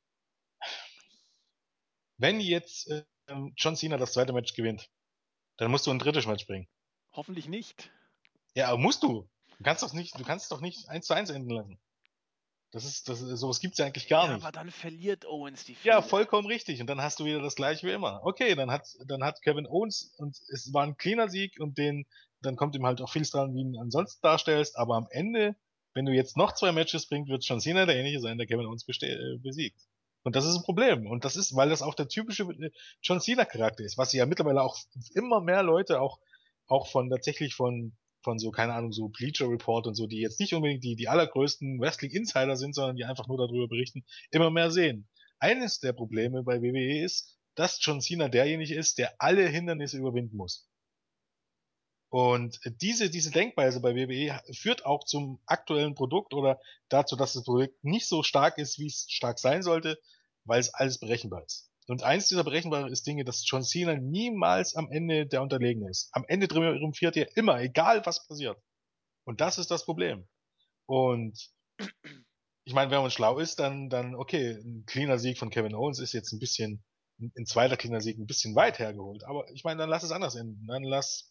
wenn jetzt ähm, John Cena das zweite Match gewinnt, dann musst du ein drittes Match bringen. Hoffentlich nicht. Ja, aber musst du. Du kannst doch nicht, du kannst doch nicht eins zu eins enden lassen. Das ist, das, sowas gibt's ja eigentlich gar Ja, aber nicht. dann verliert Owens die Ja, Fehde. vollkommen richtig. Und dann hast du wieder das gleiche wie immer. Okay, dann hat, dann hat Kevin Owens und es war ein cleaner Sieg und den, dann kommt ihm halt auch vieles dran, wie du ihn ansonsten darstellst. Aber am Ende, wenn du jetzt noch zwei Matches bringst, wird John Cena der ähnliche sein, der Kevin Owens beste äh, besiegt. Und das ist ein Problem. Und das ist, weil das auch der typische äh, John Cena Charakter ist, was ja mittlerweile auch immer mehr Leute auch, auch von tatsächlich von, von so, keine Ahnung, so Bleacher Report und so, die jetzt nicht unbedingt die, die allergrößten Wrestling Insider sind, sondern die einfach nur darüber berichten, immer mehr sehen. Eines der Probleme bei W W E ist, dass John Cena derjenige ist, der alle Hindernisse überwinden muss. Und diese, diese Denkweise bei W W E führt auch zum aktuellen Produkt oder dazu, dass das Produkt nicht so stark ist, wie es stark sein sollte, weil es alles berechenbar ist. Und eins dieser berechenbaren ist Dinge, dass John Cena niemals am Ende der Unterlegene ist. Am Ende triumphiert er immer, egal was passiert. Und das ist das Problem. Und ich meine, wenn man schlau ist, dann, dann, okay, ein cleaner Sieg von Kevin Owens ist jetzt ein bisschen, ein, ein zweiter cleaner Sieg ein bisschen weit hergeholt. Aber ich meine, dann lass es anders enden. Dann lass,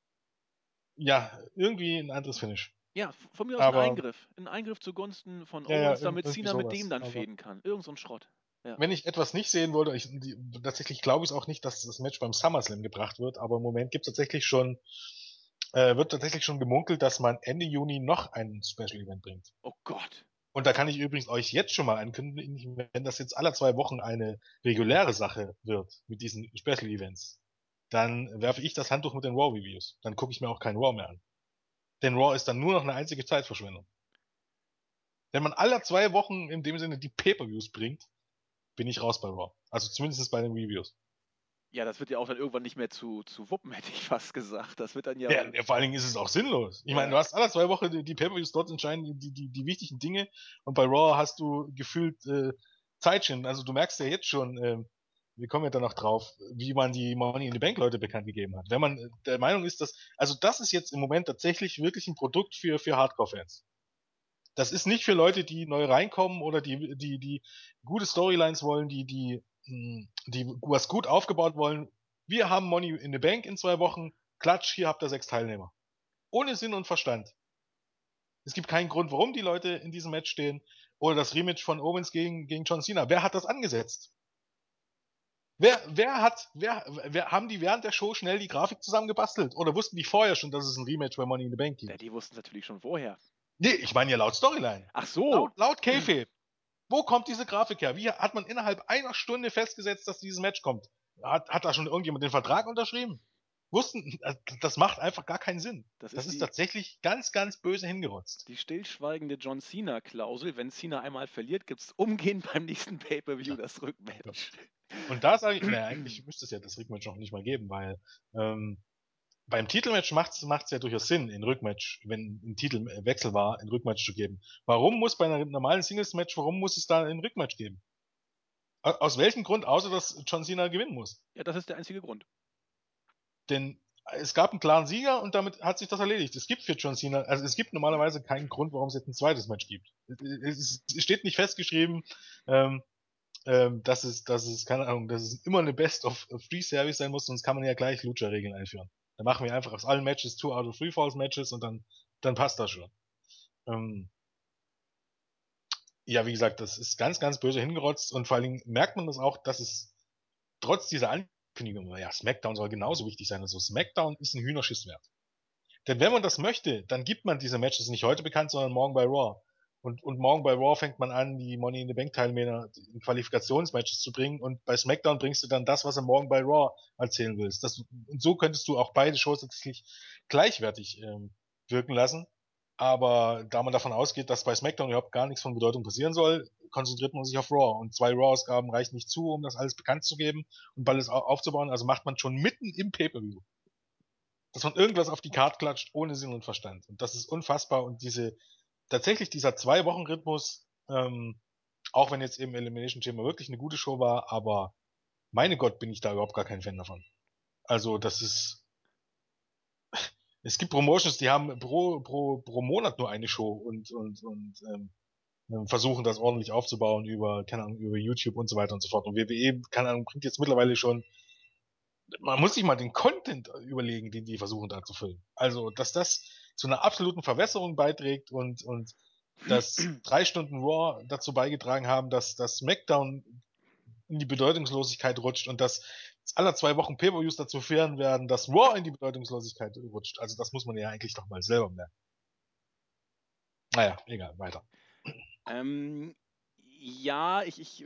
ja, irgendwie ein anderes Finish. Ja, von mir aus ein Aber, Eingriff. Ein Eingriff zugunsten von ja, ja, Owens, irg- damit irgendwie Cena mit dem sowas. dann Aber fäden kann. Irgend so ein Schrott. Ja. wenn ich etwas nicht sehen wollte, ich, die, tatsächlich glaube ich auch nicht, dass das Match beim SummerSlam gebracht wird, aber im Moment gibt es tatsächlich schon, äh, wird tatsächlich schon gemunkelt, dass man Ende Juni noch ein Special Event bringt. Oh Gott. Und da kann ich übrigens euch jetzt schon mal ankündigen, wenn das jetzt alle zwei Wochen eine reguläre Sache wird mit diesen Special Events, dann werfe ich das Handtuch mit den Raw Reviews. Dann gucke ich mir auch kein Raw mehr an. Denn Raw ist dann nur noch eine einzige Zeitverschwendung. Wenn man alle zwei Wochen in dem Sinne die Pay-Per-Views bringt, bin ich raus bei Raw. Also zumindest bei den Reviews. Ja, das wird ja auch dann irgendwann nicht mehr zu, zu wuppen, hätte ich fast gesagt. Das wird dann ja. Ja, ja, vor allen Dingen ist es auch sinnlos. Ich meine, du Ja. hast alle zwei Wochen die, die Pay-Per-Views, dort entscheiden die, die, die wichtigen Dinge und bei Raw hast du gefühlt äh, Zeitchen. Also du merkst ja jetzt schon, äh, wir kommen ja dann noch drauf, wie man die Money in the Bank Leute bekannt gegeben hat. Wenn man äh, der Meinung ist, dass, also das ist jetzt im Moment tatsächlich wirklich ein Produkt für, für Hardcore-Fans. Das ist nicht für Leute, die neu reinkommen oder die, die, die gute Storylines wollen, die, die, mh, die was gut aufgebaut wollen. Wir haben Money in the Bank in zwei Wochen. Klatsch, hier habt ihr sechs Teilnehmer. Ohne Sinn und Verstand. Es gibt keinen Grund, warum die Leute in diesem Match stehen. Oder das Rematch von Owens gegen, gegen John Cena. Wer hat das angesetzt? Wer, wer hat, wer, wer, haben die während der Show schnell die Grafik zusammengebastelt? Oder wussten die vorher schon, dass es ein Rematch bei Money in the Bank Ja, gibt? die wussten es natürlich schon vorher. Nee, ich meine ja laut Storyline. Ach so. Laut, laut Kayfabe. Wo kommt diese Grafik her? Wie hat man innerhalb einer Stunde festgesetzt, dass dieses Match kommt? Hat, hat da schon irgendjemand den Vertrag unterschrieben? Wussten, das macht einfach gar keinen Sinn. Das Das ist ist die, tatsächlich ganz, ganz böse hingerotzt. die stillschweigende John Cena-Klausel. Wenn Cena einmal verliert, gibt es umgehend beim nächsten Pay-Per-View Ja, das oh Gott. Rückmatch. Und da sage ich, naja, eigentlich müsste es ja das Rückmatch noch nicht mal geben, weil ähm, beim Titelmatch macht es ja durchaus Sinn, in Rückmatch, wenn ein Titelwechsel war, ein Rückmatch zu geben. Warum muss bei einem normalen Singles-Match, warum muss es da ein Rückmatch geben? Aus welchem Grund, außer dass John Cena gewinnen muss? Ja, das ist der einzige Grund. Denn es gab einen klaren Sieger und damit hat sich das erledigt. Es gibt für John Cena, also es gibt normalerweise keinen Grund, warum es jetzt ein zweites Match gibt. Es, es steht nicht festgeschrieben, ähm, ähm, dass es, dass es, keine Ahnung, dass es immer eine Best of Three Series sein muss, sonst kann man ja gleich Lucha-Regeln einführen. Dann machen wir einfach aus allen Matches Two out of Three Falls Matches und dann, dann passt das schon. Ähm, ja, wie gesagt, das ist ganz, ganz böse hingerotzt und vor allen Dingen merkt man das auch, dass es trotz dieser Ankündigung, ja, SmackDown soll genauso wichtig sein. Also SmackDown ist ein Hühnerschiss wert. Denn wenn man das möchte, dann gibt man diese Matches nicht heute bekannt, sondern morgen bei Raw. Und, und morgen bei Raw fängt man an, die Money in the Bank Teilnehmer in Qualifikationsmatches zu bringen. Und bei SmackDown bringst du dann das, was du morgen bei Raw erzählen willst. Das, und so könntest du auch beide Shows tatsächlich gleichwertig ähm, wirken lassen. Aber da man davon ausgeht, dass bei SmackDown überhaupt gar nichts von Bedeutung passieren soll, konzentriert man sich auf Raw. Und zwei Raw-Ausgaben reichen nicht zu, um das alles bekannt zu geben und alles aufzubauen. Also macht man schon mitten im Pay-Per-View, dass man irgendwas auf die Karte klatscht, ohne Sinn und Verstand. Und das ist unfassbar. Und diese, tatsächlich dieser Zwei-Wochen-Rhythmus, ähm, auch wenn jetzt eben Elimination Chamber wirklich eine gute Show war, aber meine Gott, bin ich da überhaupt gar kein Fan davon. Also, das ist, es gibt Promotions, die haben pro, pro, pro Monat nur eine Show und, und, und, ähm, ähm, versuchen das ordentlich aufzubauen über, keine Ahnung, über YouTube und so weiter und so fort. Und W W E, keine Ahnung, bringt jetzt mittlerweile schon, man muss sich mal den Content überlegen, den die versuchen da zu füllen. Also, dass das zu einer absoluten Verwässerung beiträgt und, und dass drei Stunden Raw dazu beigetragen haben, dass das SmackDown in die Bedeutungslosigkeit rutscht und dass alle zwei Wochen Pay-Per-Views dazu führen werden, dass Raw in die Bedeutungslosigkeit rutscht. Also das muss man ja eigentlich doch mal selber merken. Naja, egal, weiter. Ähm, ja, ich, ich äh,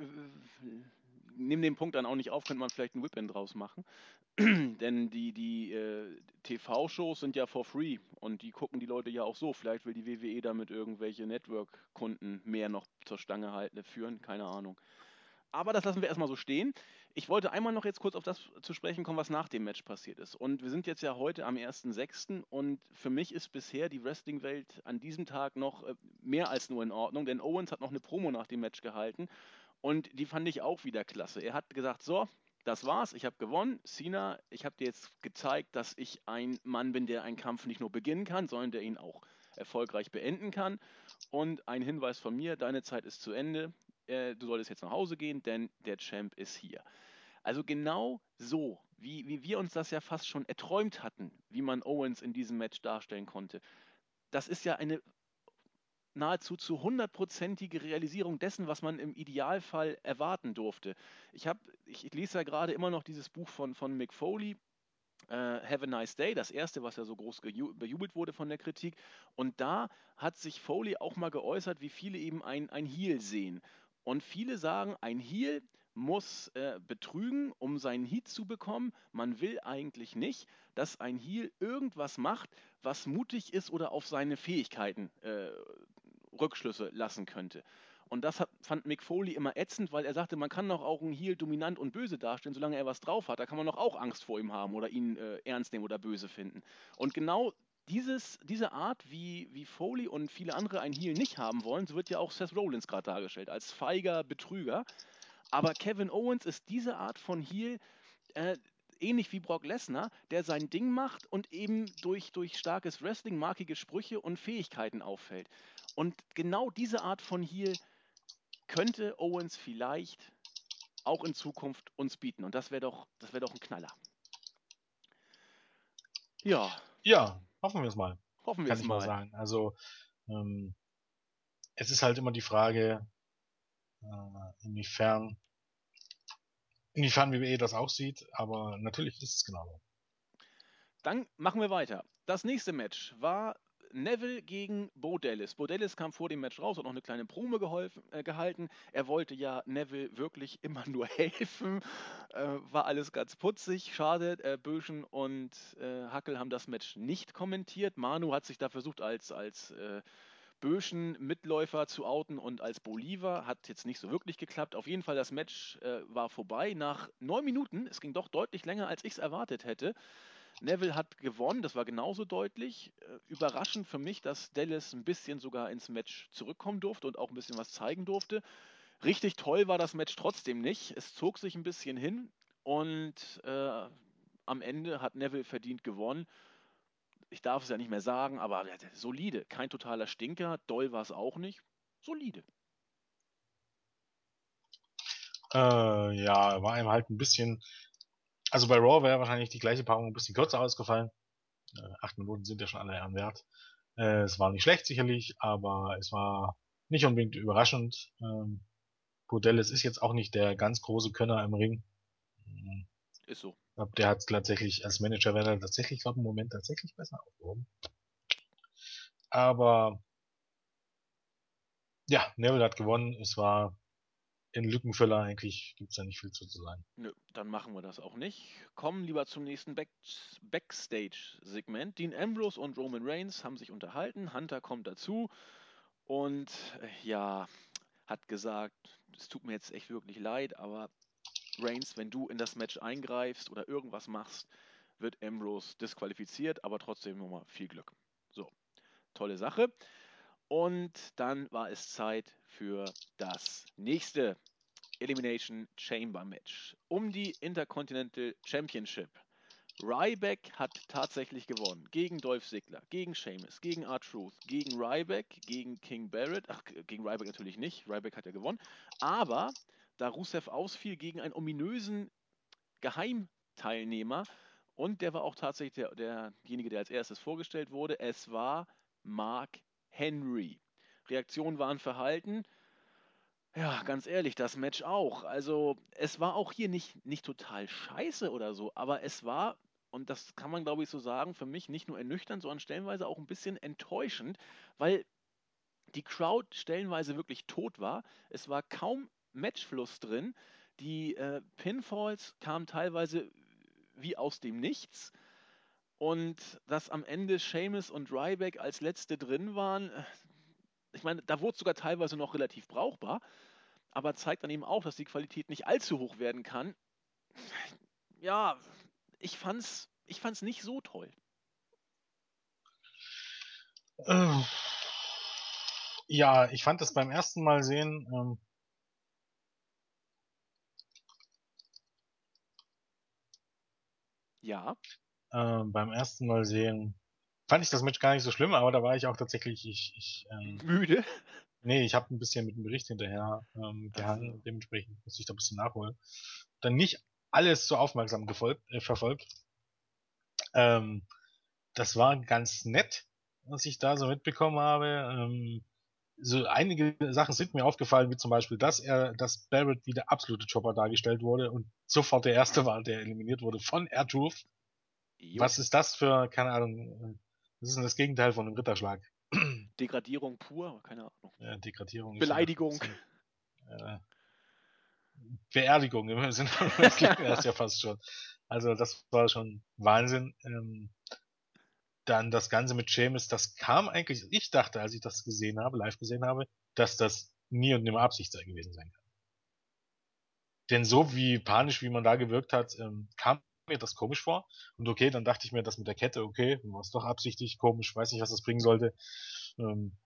nehme den Punkt dann auch nicht auf, könnte man vielleicht ein Whip-In draus machen. Denn die, die äh, T V-Shows sind ja for free und die gucken die Leute ja auch so. Vielleicht will die W W E damit irgendwelche Network-Kunden mehr noch zur Stange halten, führen, keine Ahnung. Aber das lassen wir erstmal so stehen. Ich wollte einmal noch jetzt kurz auf das zu sprechen kommen, was nach dem Match passiert ist. Und wir sind jetzt ja heute am ersten sechsten und für mich ist bisher die Wrestling-Welt an diesem Tag noch äh, mehr als nur in Ordnung, denn Owens hat noch eine Promo nach dem Match gehalten und die fand ich auch wieder klasse. Er hat gesagt, so, das war's, ich habe gewonnen. Cena, ich habe dir jetzt gezeigt, dass ich ein Mann bin, der einen Kampf nicht nur beginnen kann, sondern der ihn auch erfolgreich beenden kann. Und ein Hinweis von mir, deine Zeit ist zu Ende. Äh, du solltest jetzt nach Hause gehen, denn der Champ ist hier. Also genau so, wie, wie wir uns das ja fast schon erträumt hatten, wie man Owens in diesem Match darstellen konnte. Das ist ja eine nahezu zu hundertprozentige Realisierung dessen, was man im Idealfall erwarten durfte. Ich, hab, ich, ich lese ja gerade immer noch dieses Buch von, von Mick Foley, äh, Have a Nice Day, das erste, was ja so groß bejubelt wurde von der Kritik. Und da hat sich Foley auch mal geäußert, wie viele eben ein, ein Heel sehen. Und viele sagen, ein Heel muss äh, betrügen, um seinen Heat zu bekommen. Man will eigentlich nicht, dass ein Heel irgendwas macht, was mutig ist oder auf seine Fähigkeiten äh, Rückschlüsse lassen könnte. Und das hat, fand Mick Foley immer ätzend, weil er sagte, man kann doch auch einen Heel dominant und böse darstellen, solange er was drauf hat. Da kann man doch auch Angst vor ihm haben oder ihn äh, ernst nehmen oder böse finden. Und genau dieses, diese Art, wie, wie Foley und viele andere einen Heel nicht haben wollen, so wird ja auch Seth Rollins gerade dargestellt, als feiger Betrüger. Aber Kevin Owens ist diese Art von Heel, äh, ähnlich wie Brock Lesnar, der sein Ding macht und eben durch, durch starkes Wrestling, markige Sprüche und Fähigkeiten auffällt. Und genau diese Art von Heel könnte Owens vielleicht auch in Zukunft uns bieten. Und das wäre doch, das wäre doch ein Knaller. Ja, Ja, hoffen wir es mal, hoffen wir kann es ich nur mal. sagen. Also, ähm, es ist halt immer die Frage, äh, inwiefern, inwiefern W W E das auch sieht, aber natürlich ist es genau so. Dann machen wir weiter. Das nächste Match war Neville gegen Bo Dallas. Bo Dallas kam vor dem Match raus, hat noch eine kleine Promo geholfen, äh, gehalten. Er wollte ja Neville wirklich immer nur helfen. Äh, war alles ganz putzig. Schade, äh, Böschen und äh, Hackel haben das Match nicht kommentiert. Manu hat sich da versucht, als, als äh, Böschen Mitläufer zu outen und als Bolivar. Hat jetzt nicht so wirklich geklappt. Auf jeden Fall, das Match äh, war vorbei nach neun Minuten. Es ging doch deutlich länger, als ich es erwartet hätte. Neville hat gewonnen, das war genauso deutlich. Äh, überraschend für mich, dass Dallas ein bisschen sogar ins Match zurückkommen durfte und auch ein bisschen was zeigen durfte. Richtig toll war das Match trotzdem nicht. Es zog sich ein bisschen hin und äh, am Ende hat Neville verdient gewonnen. Ich darf es ja nicht mehr sagen, aber ja, solide. Kein totaler Stinker. Doll war es auch nicht. Solide. Äh, ja, war ihm halt ein bisschen, also bei Raw wäre wahrscheinlich die gleiche Paarung ein bisschen kürzer ausgefallen. Äh, acht Minuten sind ja schon alle Ehren wert. Äh, es war nicht schlecht sicherlich, aber es war nicht unbedingt überraschend. Ähm, Bordellis ist jetzt auch nicht der ganz große Könner im Ring. Ich Ist so. glaube, der hat tatsächlich als Manager wäre er tatsächlich glaube im Moment tatsächlich besser aufgehoben. Aber Ja, Neville hat gewonnen. Es war ein Lückenfüller. Eigentlich gibt's da nicht viel zu sagen. Nö, dann machen wir das auch nicht. Kommen lieber zum nächsten Back Backstage-Segment. Dean Ambrose und Roman Reigns haben sich unterhalten. Hunter kommt dazu und äh, ja, hat gesagt, es tut mir jetzt echt wirklich leid, aber Reigns, wenn du in das Match eingreifst oder irgendwas machst, wird Ambrose disqualifiziert, aber trotzdem nochmal viel Glück. So, tolle Sache. Und dann war es Zeit für das nächste Elimination Chamber Match um die Intercontinental Championship. Ryback hat tatsächlich gewonnen. Gegen Dolph Ziggler, gegen Sheamus, gegen R-Truth, gegen Ryback, gegen King Barrett. Ach, gegen Ryback natürlich nicht. Ryback hat ja gewonnen. Aber da Rusev ausfiel gegen einen ominösen Geheimteilnehmer und der war auch tatsächlich der, derjenige, der als erstes vorgestellt wurde. Es war Mark Henry. Reaktionen waren verhalten. Ja, ganz ehrlich, das Match auch. Also, es war auch hier nicht, nicht total scheiße oder so, aber es war, und das kann man glaube ich so sagen, für mich nicht nur ernüchternd, sondern stellenweise auch ein bisschen enttäuschend, weil die Crowd stellenweise wirklich tot war. Es war kaum Matchfluss drin. Die äh, Pinfalls kamen teilweise wie aus dem Nichts. Und dass am Ende Sheamus und Ryback als letzte drin waren, äh, ich meine, da wurde es sogar teilweise noch relativ brauchbar, aber zeigt dann eben auch, dass die Qualität nicht allzu hoch werden kann. Ja, ich fand's, ich fand's nicht so toll. Äh, ja, ich fand das beim ersten Mal sehen, ähm, Ja, äh, beim ersten Mal sehen, fand ich das Match gar nicht so schlimm, aber da war ich auch tatsächlich, ich, ich, ähm, müde. nee, ich habe ein bisschen mit dem Bericht hinterher ähm, Also, gehangen, dementsprechend musste ich da ein bisschen nachholen. Dann nicht alles so aufmerksam gefolgt, äh, verfolgt. Ähm, das war ganz nett, was ich da so mitbekommen habe. Ähm, so einige Sachen sind mir aufgefallen, wie zum Beispiel, dass er, dass Barrett wie der absolute Chopper dargestellt wurde und sofort der erste war, der eliminiert wurde von R-Truth. jo, Was ist das für, keine Ahnung, das ist denn das Gegenteil von einem Ritterschlag. Degradierung pur, keine Ahnung. Ja, Degradierung ist vielleicht ein Beleidigung. bisschen äh, Beerdigung im Sinne von Wrestling wäre es ja fast schon. Also das war schon Wahnsinn. Ähm, dann das Ganze mit Sheamus, das kam eigentlich, ich dachte, als ich das gesehen habe, live gesehen habe, dass das nie und nimmer Absicht sei gewesen sein kann. Denn so wie panisch, wie man da gewirkt hat, ähm, kam mir das komisch vor. Und okay, dann dachte ich mir, das mit der Kette, okay, war es doch absichtlich, komisch, weiß nicht, was das bringen sollte. Ähm,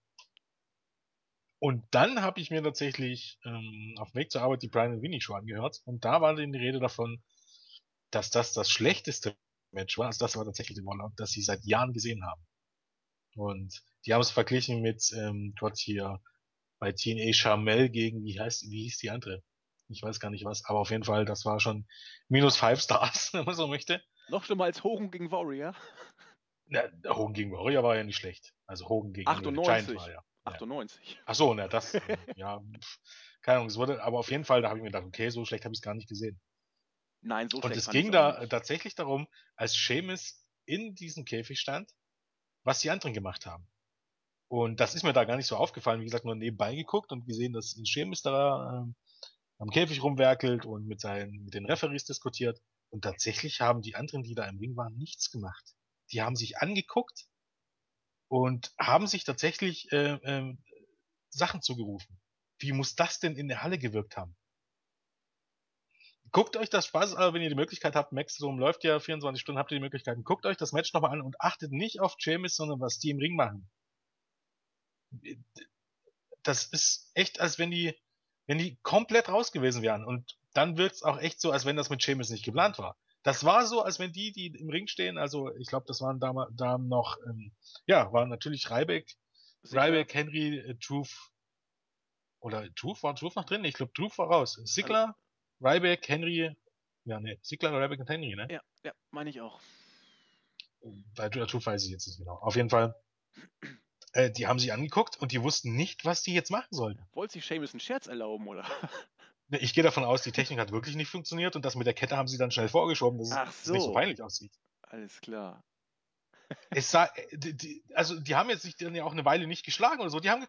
und dann habe ich mir tatsächlich ähm, auf dem Weg zur Arbeit die Brian und Winnie Show angehört. Und da war dann die Rede davon, dass das das schlechteste Match war. Also das war tatsächlich die Warlock, das sie seit Jahren gesehen haben. Und die haben es verglichen mit ähm, Gott hier bei T N A Charmel gegen, wie heißt, wie hieß die andere? Ich weiß gar nicht was, aber auf jeden Fall, das war schon minus five Stars, wenn man so möchte. Noch schlimmer als Hogan gegen Warrior. Na, Hogan gegen Warrior war ja nicht schlecht. Also Hogan gegen Andre the Giant war achtundneunzig. ja. Ja. achtundneunzig. Ach so, na das, ja, pf, keine Ahnung, es wurde, aber auf jeden Fall, da habe ich mir gedacht, okay, so schlecht habe ich es gar nicht gesehen. Nein, so Und schlecht es fand ich es ging auch da nicht. tatsächlich darum, als Sheamus in diesem Käfig stand, was die anderen gemacht haben. Und das ist mir da gar nicht so aufgefallen. Wie gesagt, nur nebenbei geguckt und gesehen, dass ein Sheamus da ähm, am Käfig rumwerkelt und mit seinen, mit den Referees diskutiert. Und tatsächlich haben die anderen, die da im Ring waren, nichts gemacht. Die haben sich angeguckt und haben sich tatsächlich äh, äh, Sachen zugerufen. Wie muss das denn in der Halle gewirkt haben? Guckt euch das Spaß, aber wenn ihr die Möglichkeit habt, Maxdome läuft ja vierundzwanzig Stunden, habt ihr die Möglichkeiten. Guckt euch das Match nochmal an und achtet nicht auf Sheamus, sondern was die im Ring machen. Das ist echt, als wenn die, wenn die komplett raus gewesen wären. Und dann wirkt's auch echt so, als wenn das mit Sheamus nicht geplant war. Das war so, als wenn die, die im Ring stehen, also ich glaube, das waren da, da noch, ähm, ja, waren natürlich Ryback, Sigler, Ryback, Henry, äh, Truth, oder Truth, war Truth noch drin? Ich glaube, Truth war raus. also, Sigler, Ryback, Henry, ja, ne, Sigler, Ryback und Henry, ne? ja, ja, meine ich auch. Bei Truth weiß ich jetzt nicht genau. Auf jeden Fall, äh, die haben sich angeguckt und die wussten nicht, was die jetzt machen sollten. Wollte sich Seamus einen Scherz erlauben, oder? Ne, ich gehe davon aus, die Technik hat wirklich nicht funktioniert und das mit der Kette haben sie dann schnell vorgeschoben, dass Ach es nicht so so, peinlich aussieht. alles klar. Es sah, äh, die, die, also die haben jetzt sich dann ja auch eine Weile nicht geschlagen oder so, die haben geguckt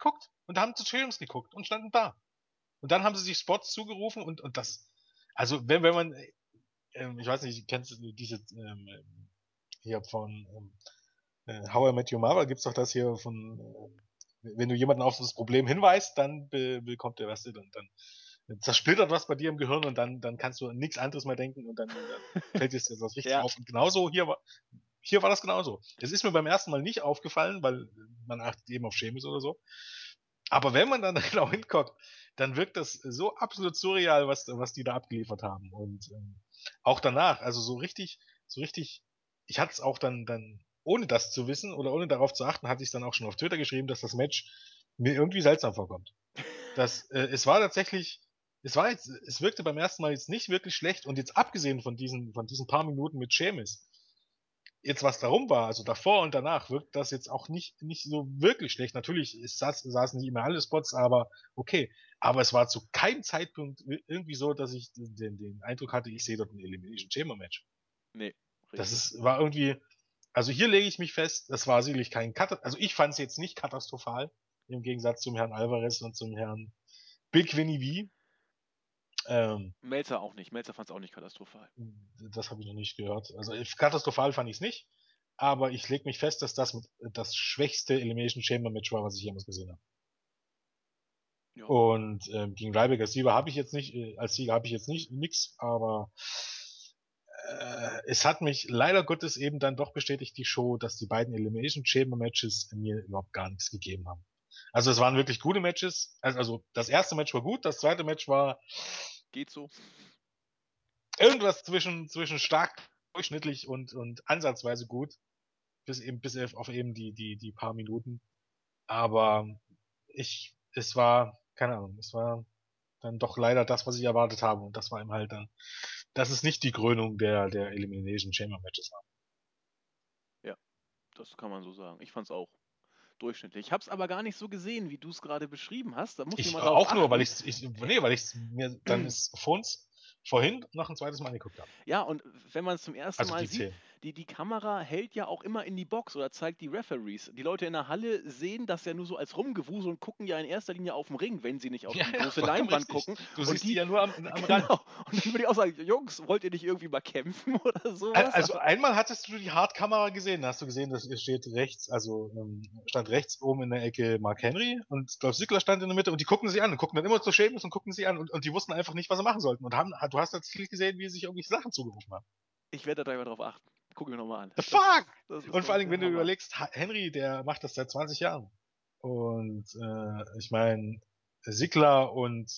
und haben zu Sheamus geguckt und standen da. Und dann haben sie sich Spots zugerufen und, und das, also wenn, wenn man, ähm, ich weiß nicht, kennst du diese, ähm, hier von ähm, äh, How I Met Your Mother, gibt's doch das hier von, äh, wenn du jemanden auf das Problem hinweist, dann be bekommt der was, dann, dann zersplittert was bei dir im Gehirn und dann, dann kannst du an nichts anderes mehr denken und dann, dann fällt dir das richtig Ja. auf. Und genauso hier war, hier war das genauso. Es ist mir beim ersten Mal nicht aufgefallen, weil man achtet eben auf Chemis oder so. Aber wenn man dann genau hinguckt, dann wirkt das so absolut surreal, was, was die da abgeliefert haben. Und ähm, auch danach, also so richtig, so richtig, ich hatte es auch dann, dann, ohne das zu wissen oder ohne darauf zu achten, hatte ich dann auch schon auf Twitter geschrieben, dass das Match mir irgendwie seltsam vorkommt. Das, äh, es war tatsächlich, es war jetzt, es wirkte beim ersten Mal jetzt nicht wirklich schlecht und jetzt abgesehen von diesen, von diesen paar Minuten mit Sheamus, jetzt was darum war, also davor und danach, wirkt das jetzt auch nicht, nicht so wirklich schlecht. Natürlich es saß, saßen nicht immer alle Spots, aber okay. Aber es war zu keinem Zeitpunkt irgendwie so, dass ich den, den Eindruck hatte, ich sehe dort ein Elimination Chamber Match. Nee, Das richtig. ist, war irgendwie, also hier lege ich mich fest, das war sicherlich kein Kat, also ich fand es jetzt nicht katastrophal, im Gegensatz zum Herrn Alvarez und zum Herrn Big Winnie V. Ähm, Melzer auch nicht. Melzer fand es auch nicht katastrophal. Das habe ich noch nicht gehört. Also katastrophal fand ich es nicht. Aber ich lege mich fest, dass das mit, das schwächste Elimination Chamber Match war, was ich jemals gesehen habe. Ja. Und ähm, gegen Ryback als Sieger habe ich jetzt nicht, äh, als Sieger habe ich jetzt nicht nix, aber äh, es hat mich leider Gottes eben dann doch bestätigt, die Show, dass die beiden Elimination Chamber Matches mir überhaupt gar nichts gegeben haben. Also es waren wirklich gute Matches. Also, also das erste Match war gut, das zweite Match war Geht so. irgendwas zwischen, zwischen stark durchschnittlich und, und ansatzweise gut. Bis eben, bis auf eben die, die, die paar Minuten. Aber ich, es war, keine Ahnung, es war dann doch leider das, was ich erwartet habe. Und das war eben halt dann, dass es nicht die Krönung der, der Elimination Chamber Matches war. Ja, das kann man so sagen. Ich fand es auch durchschnittlich. Ich habe es aber gar nicht so gesehen, wie du es gerade beschrieben hast. Da muss ich Ich mal äh, drauf auch nur, weil achten. ich, ich nee, weil ich mir dann ist vor uns vorhin noch ein zweites Mal angeguckt habe. Ja, und wenn man es zum ersten Also Mal die sieht, zehn. die, die Kamera hält ja auch immer in die Box oder zeigt die Referees. Die Leute in der Halle sehen das ja nur so als Rumgewusel und gucken ja in erster Linie auf den Ring, wenn sie nicht auf Ja, die ja, große vollkommen Leinwand richtig. gucken. Du Und siehst die die, ja nur am, am Rand. genau, und dann würde ich auch sagen, Jungs, wollt ihr nicht irgendwie mal kämpfen oder sowas? Also Aber einmal hattest du die Hardkamera gesehen, da hast du gesehen, dass steht rechts, also ähm, stand rechts oben in der Ecke Mark Henry und Dolph Ziggler stand in der Mitte und die guckten sie an und guckten dann immer zu Sheamus und guckten sie an und, und die wussten einfach nicht, was sie machen sollten und haben, du hast tatsächlich gesehen, wie sie sich irgendwelche Sachen zugerufen haben. ich werde da gleich mal drauf achten. Guck ich mir nochmal an. The Das, fuck! das ist Und vor doch allen Dingen, der wenn du Hammer. überlegst, Henry, der macht das seit zwanzig Jahren. Und äh, ich meine, Ziggler und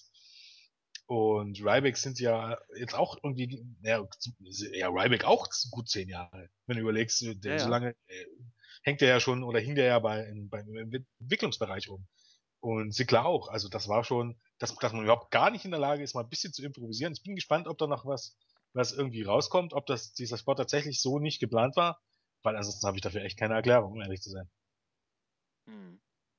und Ryback sind ja jetzt auch irgendwie, ja, ja Ryback auch gut zehn Jahre. Wenn du überlegst, Ja, der, so ja. lange äh, hängt der ja schon oder hing der ja bei, in, beim Entwicklungsbereich rum. Und Ziggler auch. Also das war schon, dass, dass man überhaupt gar nicht in der Lage ist, mal ein bisschen zu improvisieren. Ich bin gespannt, ob da noch was, was irgendwie rauskommt, ob das dieser Spot tatsächlich so nicht geplant war, weil ansonsten habe ich dafür echt keine Erklärung, um ehrlich zu sein. Hm.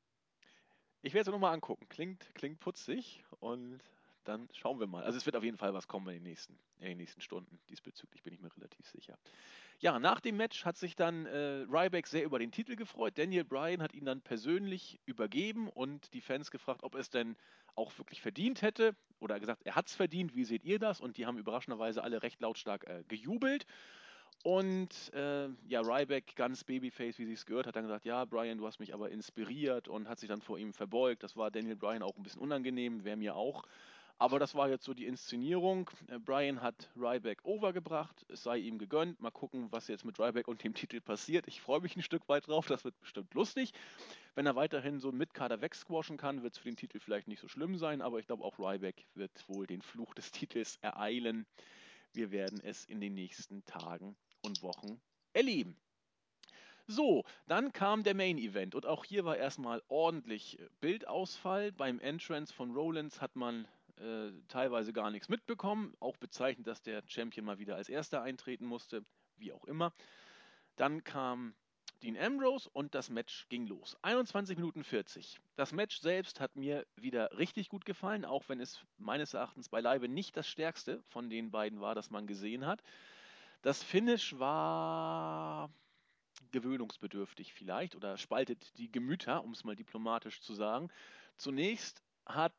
Ich werde es nochmal angucken. Klingt, klingt putzig und dann schauen wir mal. Also es wird auf jeden Fall was kommen in den nächsten, in den nächsten Stunden. Diesbezüglich bin ich mir relativ sicher. Ja, nach dem Match hat sich dann äh, Ryback sehr über den Titel gefreut. Daniel Bryan hat ihn dann persönlich übergeben und die Fans gefragt, ob er es denn auch wirklich verdient hätte. Oder gesagt, er hat es verdient, wie seht ihr das? Und die haben überraschenderweise alle recht lautstark äh, gejubelt. Und äh, ja, Ryback, ganz Babyface, wie sie es gehört, hat dann gesagt, ja, Brian, du hast mich aber inspiriert und hat sich dann vor ihm verbeugt. Das war Daniel Bryan auch ein bisschen unangenehm, wäre mir auch. Aber das war jetzt so die Inszenierung. Äh, Bryan hat Ryback overgebracht, es sei ihm gegönnt. Mal gucken, was jetzt mit Ryback und dem Titel passiert. Ich freue mich ein Stück weit drauf, das wird bestimmt lustig. Wenn er weiterhin so einen Mitkader wegsquashen kann, wird es für den Titel vielleicht nicht so schlimm sein, aber ich glaube auch Ryback wird wohl den Fluch des Titels ereilen. Wir werden es in den nächsten Tagen und Wochen erleben. So, dann kam der Main Event und auch hier war erstmal ordentlich äh, Bildausfall. Beim Entrance von Rollins hat man äh, teilweise gar nichts mitbekommen. Auch bezeichnet, dass der Champion mal wieder als erster eintreten musste, wie auch immer. Dann kam Dean Ambrose und das Match ging los. einundzwanzig Minuten vierzig. Das Match selbst hat mir wieder richtig gut gefallen, auch wenn es meines Erachtens beileibe nicht das stärkste von den beiden war, das man gesehen hat. Das Finish war gewöhnungsbedürftig vielleicht oder spaltet die Gemüter, um es mal diplomatisch zu sagen. Zunächst hat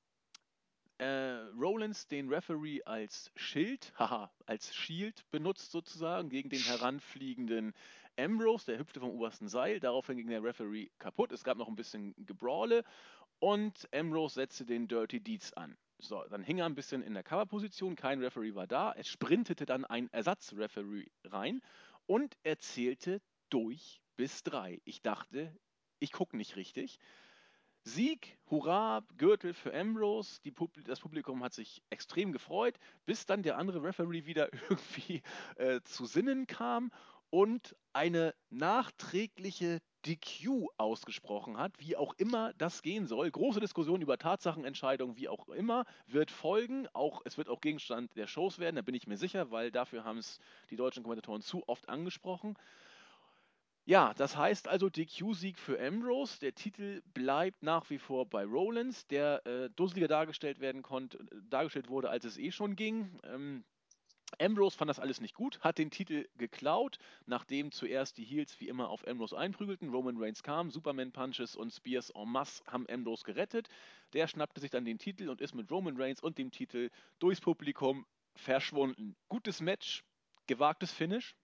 äh, Rollins den Referee als Schild, haha, als Shield benutzt sozusagen gegen den heranfliegenden Ambrose, der hüpfte vom obersten Seil, daraufhin ging der Referee kaputt, es gab noch ein bisschen Gebrawle und Ambrose setzte den Dirty Deeds an. So, dann hing er ein bisschen in der Coverposition, kein Referee war da, es sprintete dann ein Ersatzreferee rein und er zählte durch bis drei. Ich dachte, ich gucke nicht richtig. Sieg, Hurra, Gürtel für Ambrose. Die Pub das Publikum hat sich extrem gefreut, bis dann der andere Referee wieder irgendwie äh, zu Sinnen kam und eine nachträgliche D Q ausgesprochen hat, wie auch immer das gehen soll. Große Diskussion über Tatsachenentscheidungen, wie auch immer, wird folgen. Auch, es wird auch Gegenstand der Shows werden, da bin ich mir sicher, weil dafür haben es die deutschen Kommentatoren zu oft angesprochen. Ja, das heißt also D Q-Sieg für Ambrose. Der Titel bleibt nach wie vor bei Rollins, der äh, dusseliger dargestellt werden konnte, äh, dargestellt wurde, als es eh schon ging. Ähm, Ambrose fand das alles nicht gut, hat den Titel geklaut, nachdem zuerst die Heels wie immer auf Ambrose einprügelten. Roman Reigns kam, Superman Punches und Spears en masse haben Ambrose gerettet. Der schnappte sich dann den Titel und ist mit Roman Reigns und dem Titel durchs Publikum verschwunden. Gutes Match, gewagtes Finish.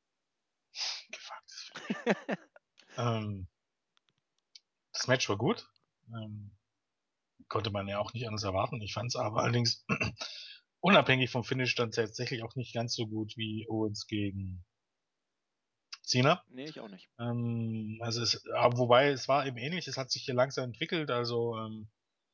Gewagtes Finish. ähm, das Match war gut. Ähm, konnte man ja auch nicht anders erwarten. Ich fand es aber allerdings unabhängig vom Finish dann tatsächlich auch nicht ganz so gut wie Owens gegen Cena. Nee, ich auch nicht. Ähm, also es, aber wobei es war eben ähnlich, es hat sich hier langsam entwickelt, also ähm,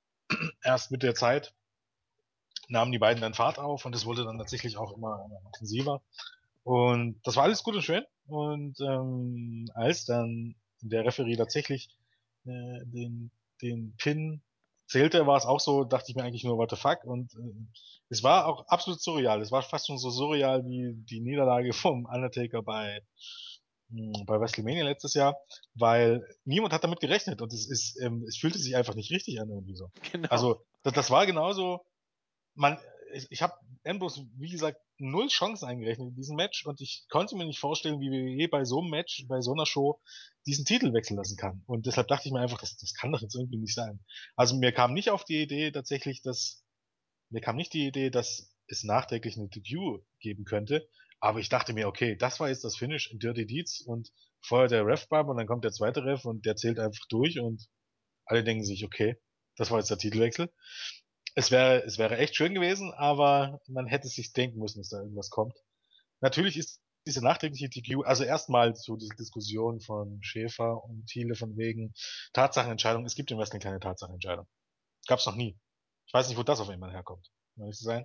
erst mit der Zeit nahmen die beiden dann Fahrt auf und es wurde dann tatsächlich auch immer, immer intensiver. Und das war alles gut und schön. Und ähm, als dann der Referee tatsächlich äh, den, den Pin zählte, war es auch so, dachte ich mir eigentlich nur, what the fuck? Und äh, es war auch absolut surreal. Es war fast schon so surreal wie die Niederlage vom Undertaker bei, mh, bei WrestleMania letztes Jahr, weil niemand hat damit gerechnet und es ist, ähm, es fühlte sich einfach nicht richtig an irgendwie so. Genau. Also das, das war genauso, man, ich, ich habe Ambrose, wie gesagt, null Chancen eingerechnet in diesem Match und ich konnte mir nicht vorstellen, wie W W E bei so einem Match, bei so einer Show diesen Titel wechseln lassen kann. Und deshalb dachte ich mir einfach, das, das kann doch jetzt irgendwie nicht sein. Also mir kam nicht auf die Idee tatsächlich, dass, mir kam nicht die Idee, dass es nachträglich eine D Q geben könnte, aber ich dachte mir, okay, das war jetzt das Finish in Dirty Deeds und vorher der Ref-Bump und dann kommt der zweite Ref und der zählt einfach durch und alle denken sich, okay, das war jetzt der Titelwechsel. Es wäre, es wäre echt schön gewesen, aber man hätte sich denken müssen, dass da irgendwas kommt. Natürlich ist diese nachträgliche D Q, also erstmal zu dieser Diskussion von Schäfer und Thiele von wegen Tatsachenentscheidung. Es gibt im Wrestling keine Tatsachenentscheidung. Gab's noch nie. Ich weiß nicht, wo das auf einmal herkommt, um ehrlich zu sein.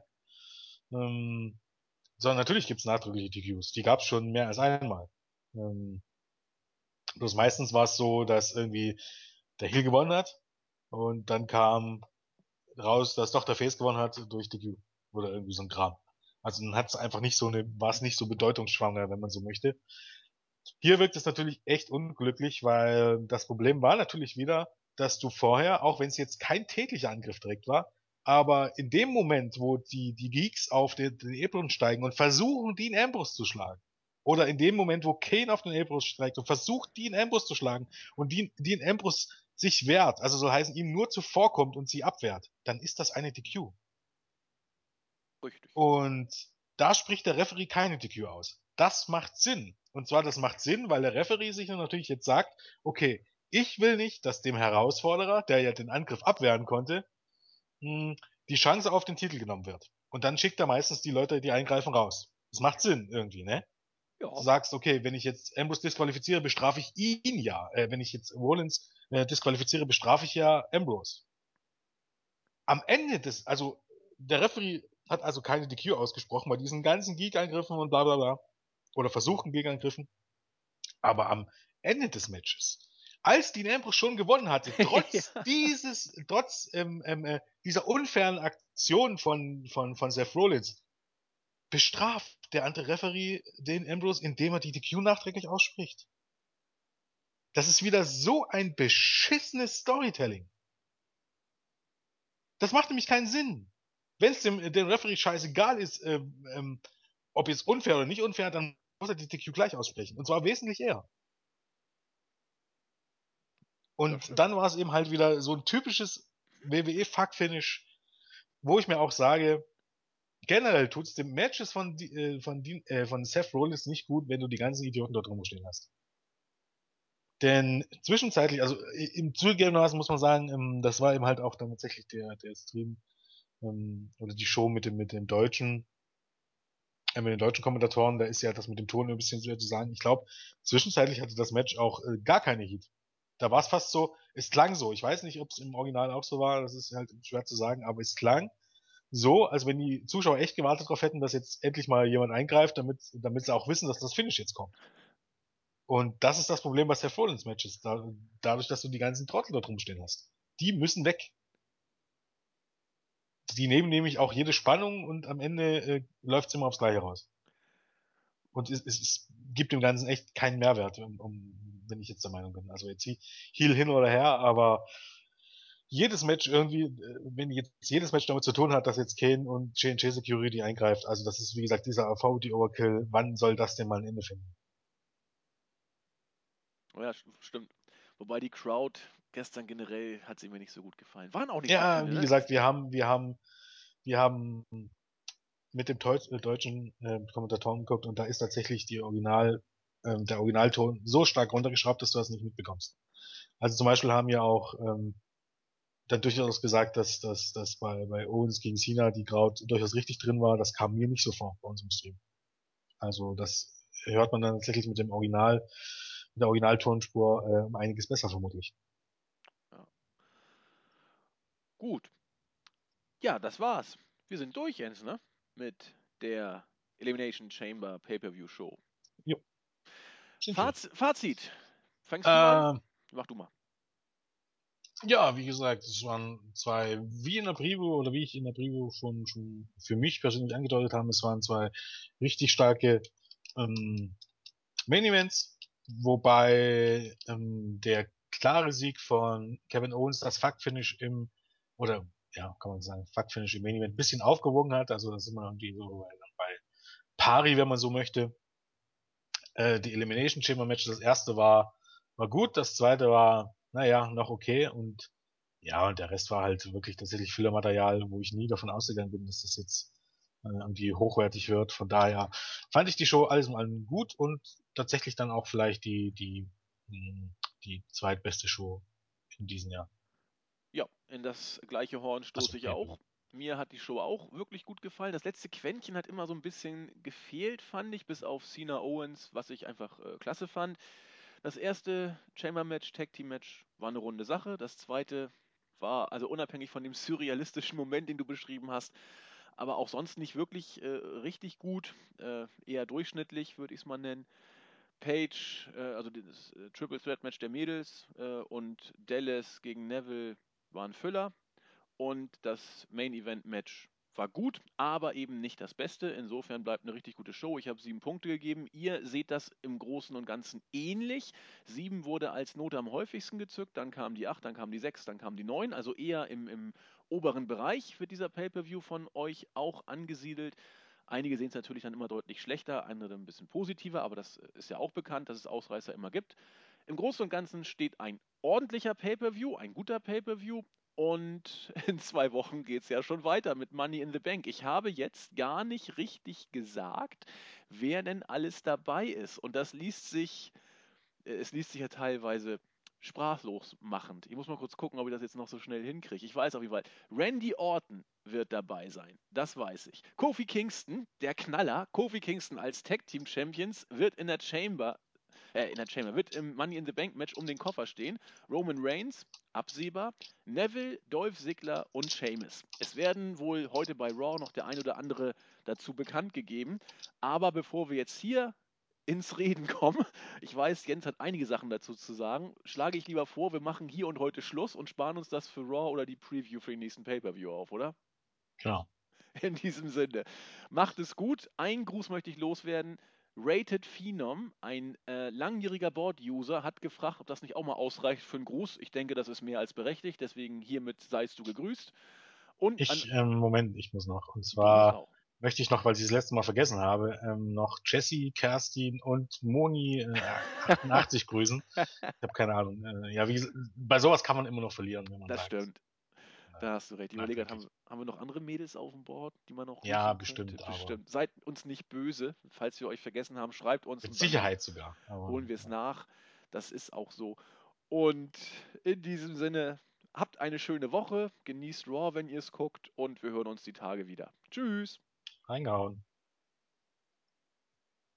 Ähm, sondern natürlich gibt's nachträgliche D Qs. Die gab's schon mehr als einmal. Ähm, bloß meistens war es so, dass irgendwie der Heel gewonnen hat und dann kam raus, dass doch der Face gewonnen hat durch D Q. Oder irgendwie so ein Kram. Also dann hat es einfach nicht so eine, war es nicht so bedeutungsschwanger, wenn man so möchte. Hier wirkt es natürlich echt unglücklich, weil das Problem war natürlich wieder, dass du vorher, auch wenn es jetzt kein täglicher Angriff direkt war, aber in dem Moment, wo die, die Geeks auf den, den Apron steigen und versuchen, Dean Ambrose zu schlagen, oder in dem Moment, wo Kane auf den Ambrose steigt und versucht, Dean Ambrose zu schlagen und Dean, Dean Ambrose sich wehrt, also so heißen, ihm nur zuvorkommt und sie abwehrt, dann ist das eine D Q. Richtig. Und da spricht der Referee keine D Q aus. Das macht Sinn. Und zwar, das macht Sinn, weil der Referee sich natürlich jetzt sagt, okay, ich will nicht, dass dem Herausforderer, der ja den Angriff abwehren konnte, mh, die Chance auf den Titel genommen wird. Und dann schickt er meistens die Leute, die eingreifen, raus. Das macht Sinn irgendwie, ne? Du Ja. sagst, okay, wenn ich jetzt Ambrose disqualifiziere, bestrafe ich ihn ja. Äh, wenn ich jetzt Rollins äh, disqualifiziere, bestrafe ich ja Ambrose. Am Ende des, also der Referee hat also keine D Q ausgesprochen bei diesen ganzen Geek-Angriffen und bla bla bla. Oder versuchten Geek-Angriffen. Aber am Ende des Matches, als Dean Ambrose schon gewonnen hatte, trotz Ja. dieses, trotz ähm, ähm, äh, dieser unfairen Aktion von, von, von Seth Rollins, bestraft der andere Referee den Ambrose, indem er die D Q nachträglich ausspricht. Das ist wieder so ein beschissenes Storytelling. Das macht nämlich keinen Sinn. Wenn es dem, dem Referee scheißegal ist, ähm, ähm, ob jetzt unfair oder nicht unfair, dann muss er die D Q gleich aussprechen. Und zwar wesentlich eher. Und dann war es eben halt wieder so ein typisches W W E-Fuck-Finish, wo ich mir auch sage, generell tut es den Matches von, äh, von, äh, von Seth Rollins nicht gut, wenn du die ganzen Idioten dort rumstehen hast. Denn zwischenzeitlich, also im zugegebenermaßen muss man sagen, ähm, das war eben halt auch dann tatsächlich der, der Stream ähm, oder die Show mit dem, mit dem deutschen, äh, mit den deutschen Kommentatoren, da ist ja das mit dem Ton ein bisschen schwer zu sagen. Ich glaube, zwischenzeitlich hatte das Match auch äh, gar keine Heat. Da war es fast so, es klang so. Ich weiß nicht, ob es im Original auch so war, das ist halt schwer zu sagen, aber es klang so, als wenn die Zuschauer echt gewartet darauf hätten, dass jetzt endlich mal jemand eingreift, damit, damit sie auch wissen, dass das Finish jetzt kommt. Und das ist das Problem bei Seth Rollins Matches, da, dadurch, dass du die ganzen Trottel dort rumstehen hast. Die müssen weg. Die nehmen nämlich auch jede Spannung und am Ende äh, läuft es immer aufs Gleiche raus. Und es, es, es gibt dem Ganzen echt keinen Mehrwert, um, um, wenn ich jetzt der Meinung bin. Also jetzt Heel hin oder her, aber jedes Match irgendwie, äh, wenn jetzt jedes Match damit zu tun hat, dass jetzt Kane und J and J Security eingreift, also das ist wie gesagt dieser A V, die Overkill, wann soll das denn mal ein Ende finden? Oh ja, stimmt. Wobei die Crowd gestern generell hat sie mir nicht so gut gefallen. Waren auch nicht so Ja, viele, wie ne? gesagt, wir haben, wir haben, wir haben mit dem Teut äh, deutschen äh, Kommentatoren geguckt und da ist tatsächlich die Original, ähm, der Originalton so stark runtergeschraubt, dass du das nicht mitbekommst. Also zum Beispiel haben ja auch ähm, dann durchaus gesagt, dass, dass, dass bei, bei Owens gegen Cena die Crowd durchaus richtig drin war. Das kam mir nicht so vor bei uns im Stream. Also das hört man dann tatsächlich mit dem Original, mit der Originaltonspur äh, um einiges besser vermutlich. Ja. Gut. Ja, das war's. Wir sind durch, Jens, ne? Mit der Elimination Chamber Pay-Per-View Show. Jo, sind wir. Faz Fazit. Fängst du an? Ähm, Mach du mal. ja, wie gesagt, es waren zwei, wie in der Preview oder wie ich in der Preview schon, schon für mich persönlich angedeutet habe, es waren zwei richtig starke ähm, Main Events, wobei ähm, der klare Sieg von Kevin Owens das Fuck-Finish im, oder ja, kann man sagen, Fuck-Finish im Main Event ein bisschen aufgewogen hat. Also das ist immer irgendwie so bei, bei Pari, wenn man so möchte. Äh, die Elimination Chamber Match, das erste war, war gut, das zweite war, naja, noch okay und ja, und der Rest war halt wirklich tatsächlich Füllermaterial, wo ich nie davon ausgegangen bin, dass das jetzt äh, irgendwie hochwertig wird. Von daher fand ich die Show alles in allem gut und tatsächlich dann auch vielleicht die, die, mh, die zweitbeste Show in diesem Jahr. Ja, in das gleiche Horn Also stoße ich Pay-Per-View. auch. Mir hat die Show auch wirklich gut gefallen. Das letzte Quäntchen hat immer so ein bisschen gefehlt, fand ich, bis auf Cena Owens, was ich einfach äh, klasse fand. Das erste Chamber-Match, Tag-Team-Match, war eine runde Sache. Das zweite war, also unabhängig von dem surrealistischen Moment, den du beschrieben hast, aber auch sonst nicht wirklich äh, richtig gut. Äh, eher durchschnittlich, würde ich es mal nennen. Page, äh, also das äh, Triple Threat Match der Mädels äh, und Dallas gegen Neville waren Füller. Und das Main Event Match war gut, aber eben nicht das Beste. Insofern bleibt eine richtig gute Show. Ich habe sieben Punkte gegeben. Ihr seht das im Großen und Ganzen ähnlich. Sieben wurde als Note am häufigsten gezückt, dann kam die acht, dann kam die sechs, dann kam die neun. Also eher im, im oberen Bereich wird dieser Pay-Per-View von euch auch angesiedelt. Einige sehen es natürlich dann immer deutlich schlechter, andere ein bisschen positiver, aber das ist ja auch bekannt, dass es Ausreißer immer gibt. Im Großen und Ganzen steht ein ordentlicher Pay-Per-View, ein guter Pay-Per-View. Und in zwei Wochen geht es ja schon weiter mit Money in the Bank. Ich habe jetzt gar nicht richtig gesagt, wer denn alles dabei ist. Und das liest sich, äh, es liest sich ja teilweise sprachlos machend. Ich muss mal kurz gucken, ob ich das jetzt noch so schnell hinkriege. Ich weiß auf jeden Fall, Randy Orton wird dabei sein. Das weiß ich. Kofi Kingston, der Knaller, Kofi Kingston als Tag Team Champions, wird in der Chamber äh, in der Chamber, wird im Money in the Bank Match um den Koffer stehen. Roman Reigns, absehbar, Neville, Dolph Ziggler und Sheamus. Es werden wohl heute bei Raw noch der ein oder andere dazu bekannt gegeben. Aber bevor wir jetzt hier ins Reden kommen, ich weiß, Jens hat einige Sachen dazu zu sagen, schlage ich lieber vor, wir machen hier und heute Schluss und sparen uns das für Raw oder die Preview für den nächsten Pay-Per-View auf, oder? Genau. In diesem Sinne. Macht es gut. Einen Gruß möchte ich loswerden. Rated Phenom, ein äh, langjähriger Board-User, hat gefragt, ob das nicht auch mal ausreicht für einen Gruß. Ich denke, das ist mehr als berechtigt, deswegen hiermit seist du gegrüßt. Und an, Ich, ähm, Moment, ich muss noch. Und du musst zwar auch. möchte ich noch, weil ich das letzte Mal vergessen habe, ähm, noch Jessie, Kerstin und Moni äh, achtundachtzig grüßen. Ich habe keine Ahnung. Äh, ja, wie, bei sowas kann man immer noch verlieren, wenn man Das sagt, stimmt. äh, Da hast du recht. Ich überlege grad, haben nachträglich. wir haben wir noch andere Mädels auf dem Board, die man noch Ja, grüßen könnte? bestimmt, aber Bestimmt. Seid uns nicht böse, falls wir euch vergessen haben, schreibt uns mit und dann ho Sicherheit sogar. Aber holen wir es ja. nach. Das ist auch so. Und in diesem Sinne, habt eine schöne Woche, genießt Raw, wenn ihr es guckt und wir hören uns die Tage wieder. Tschüss. Reingehauen.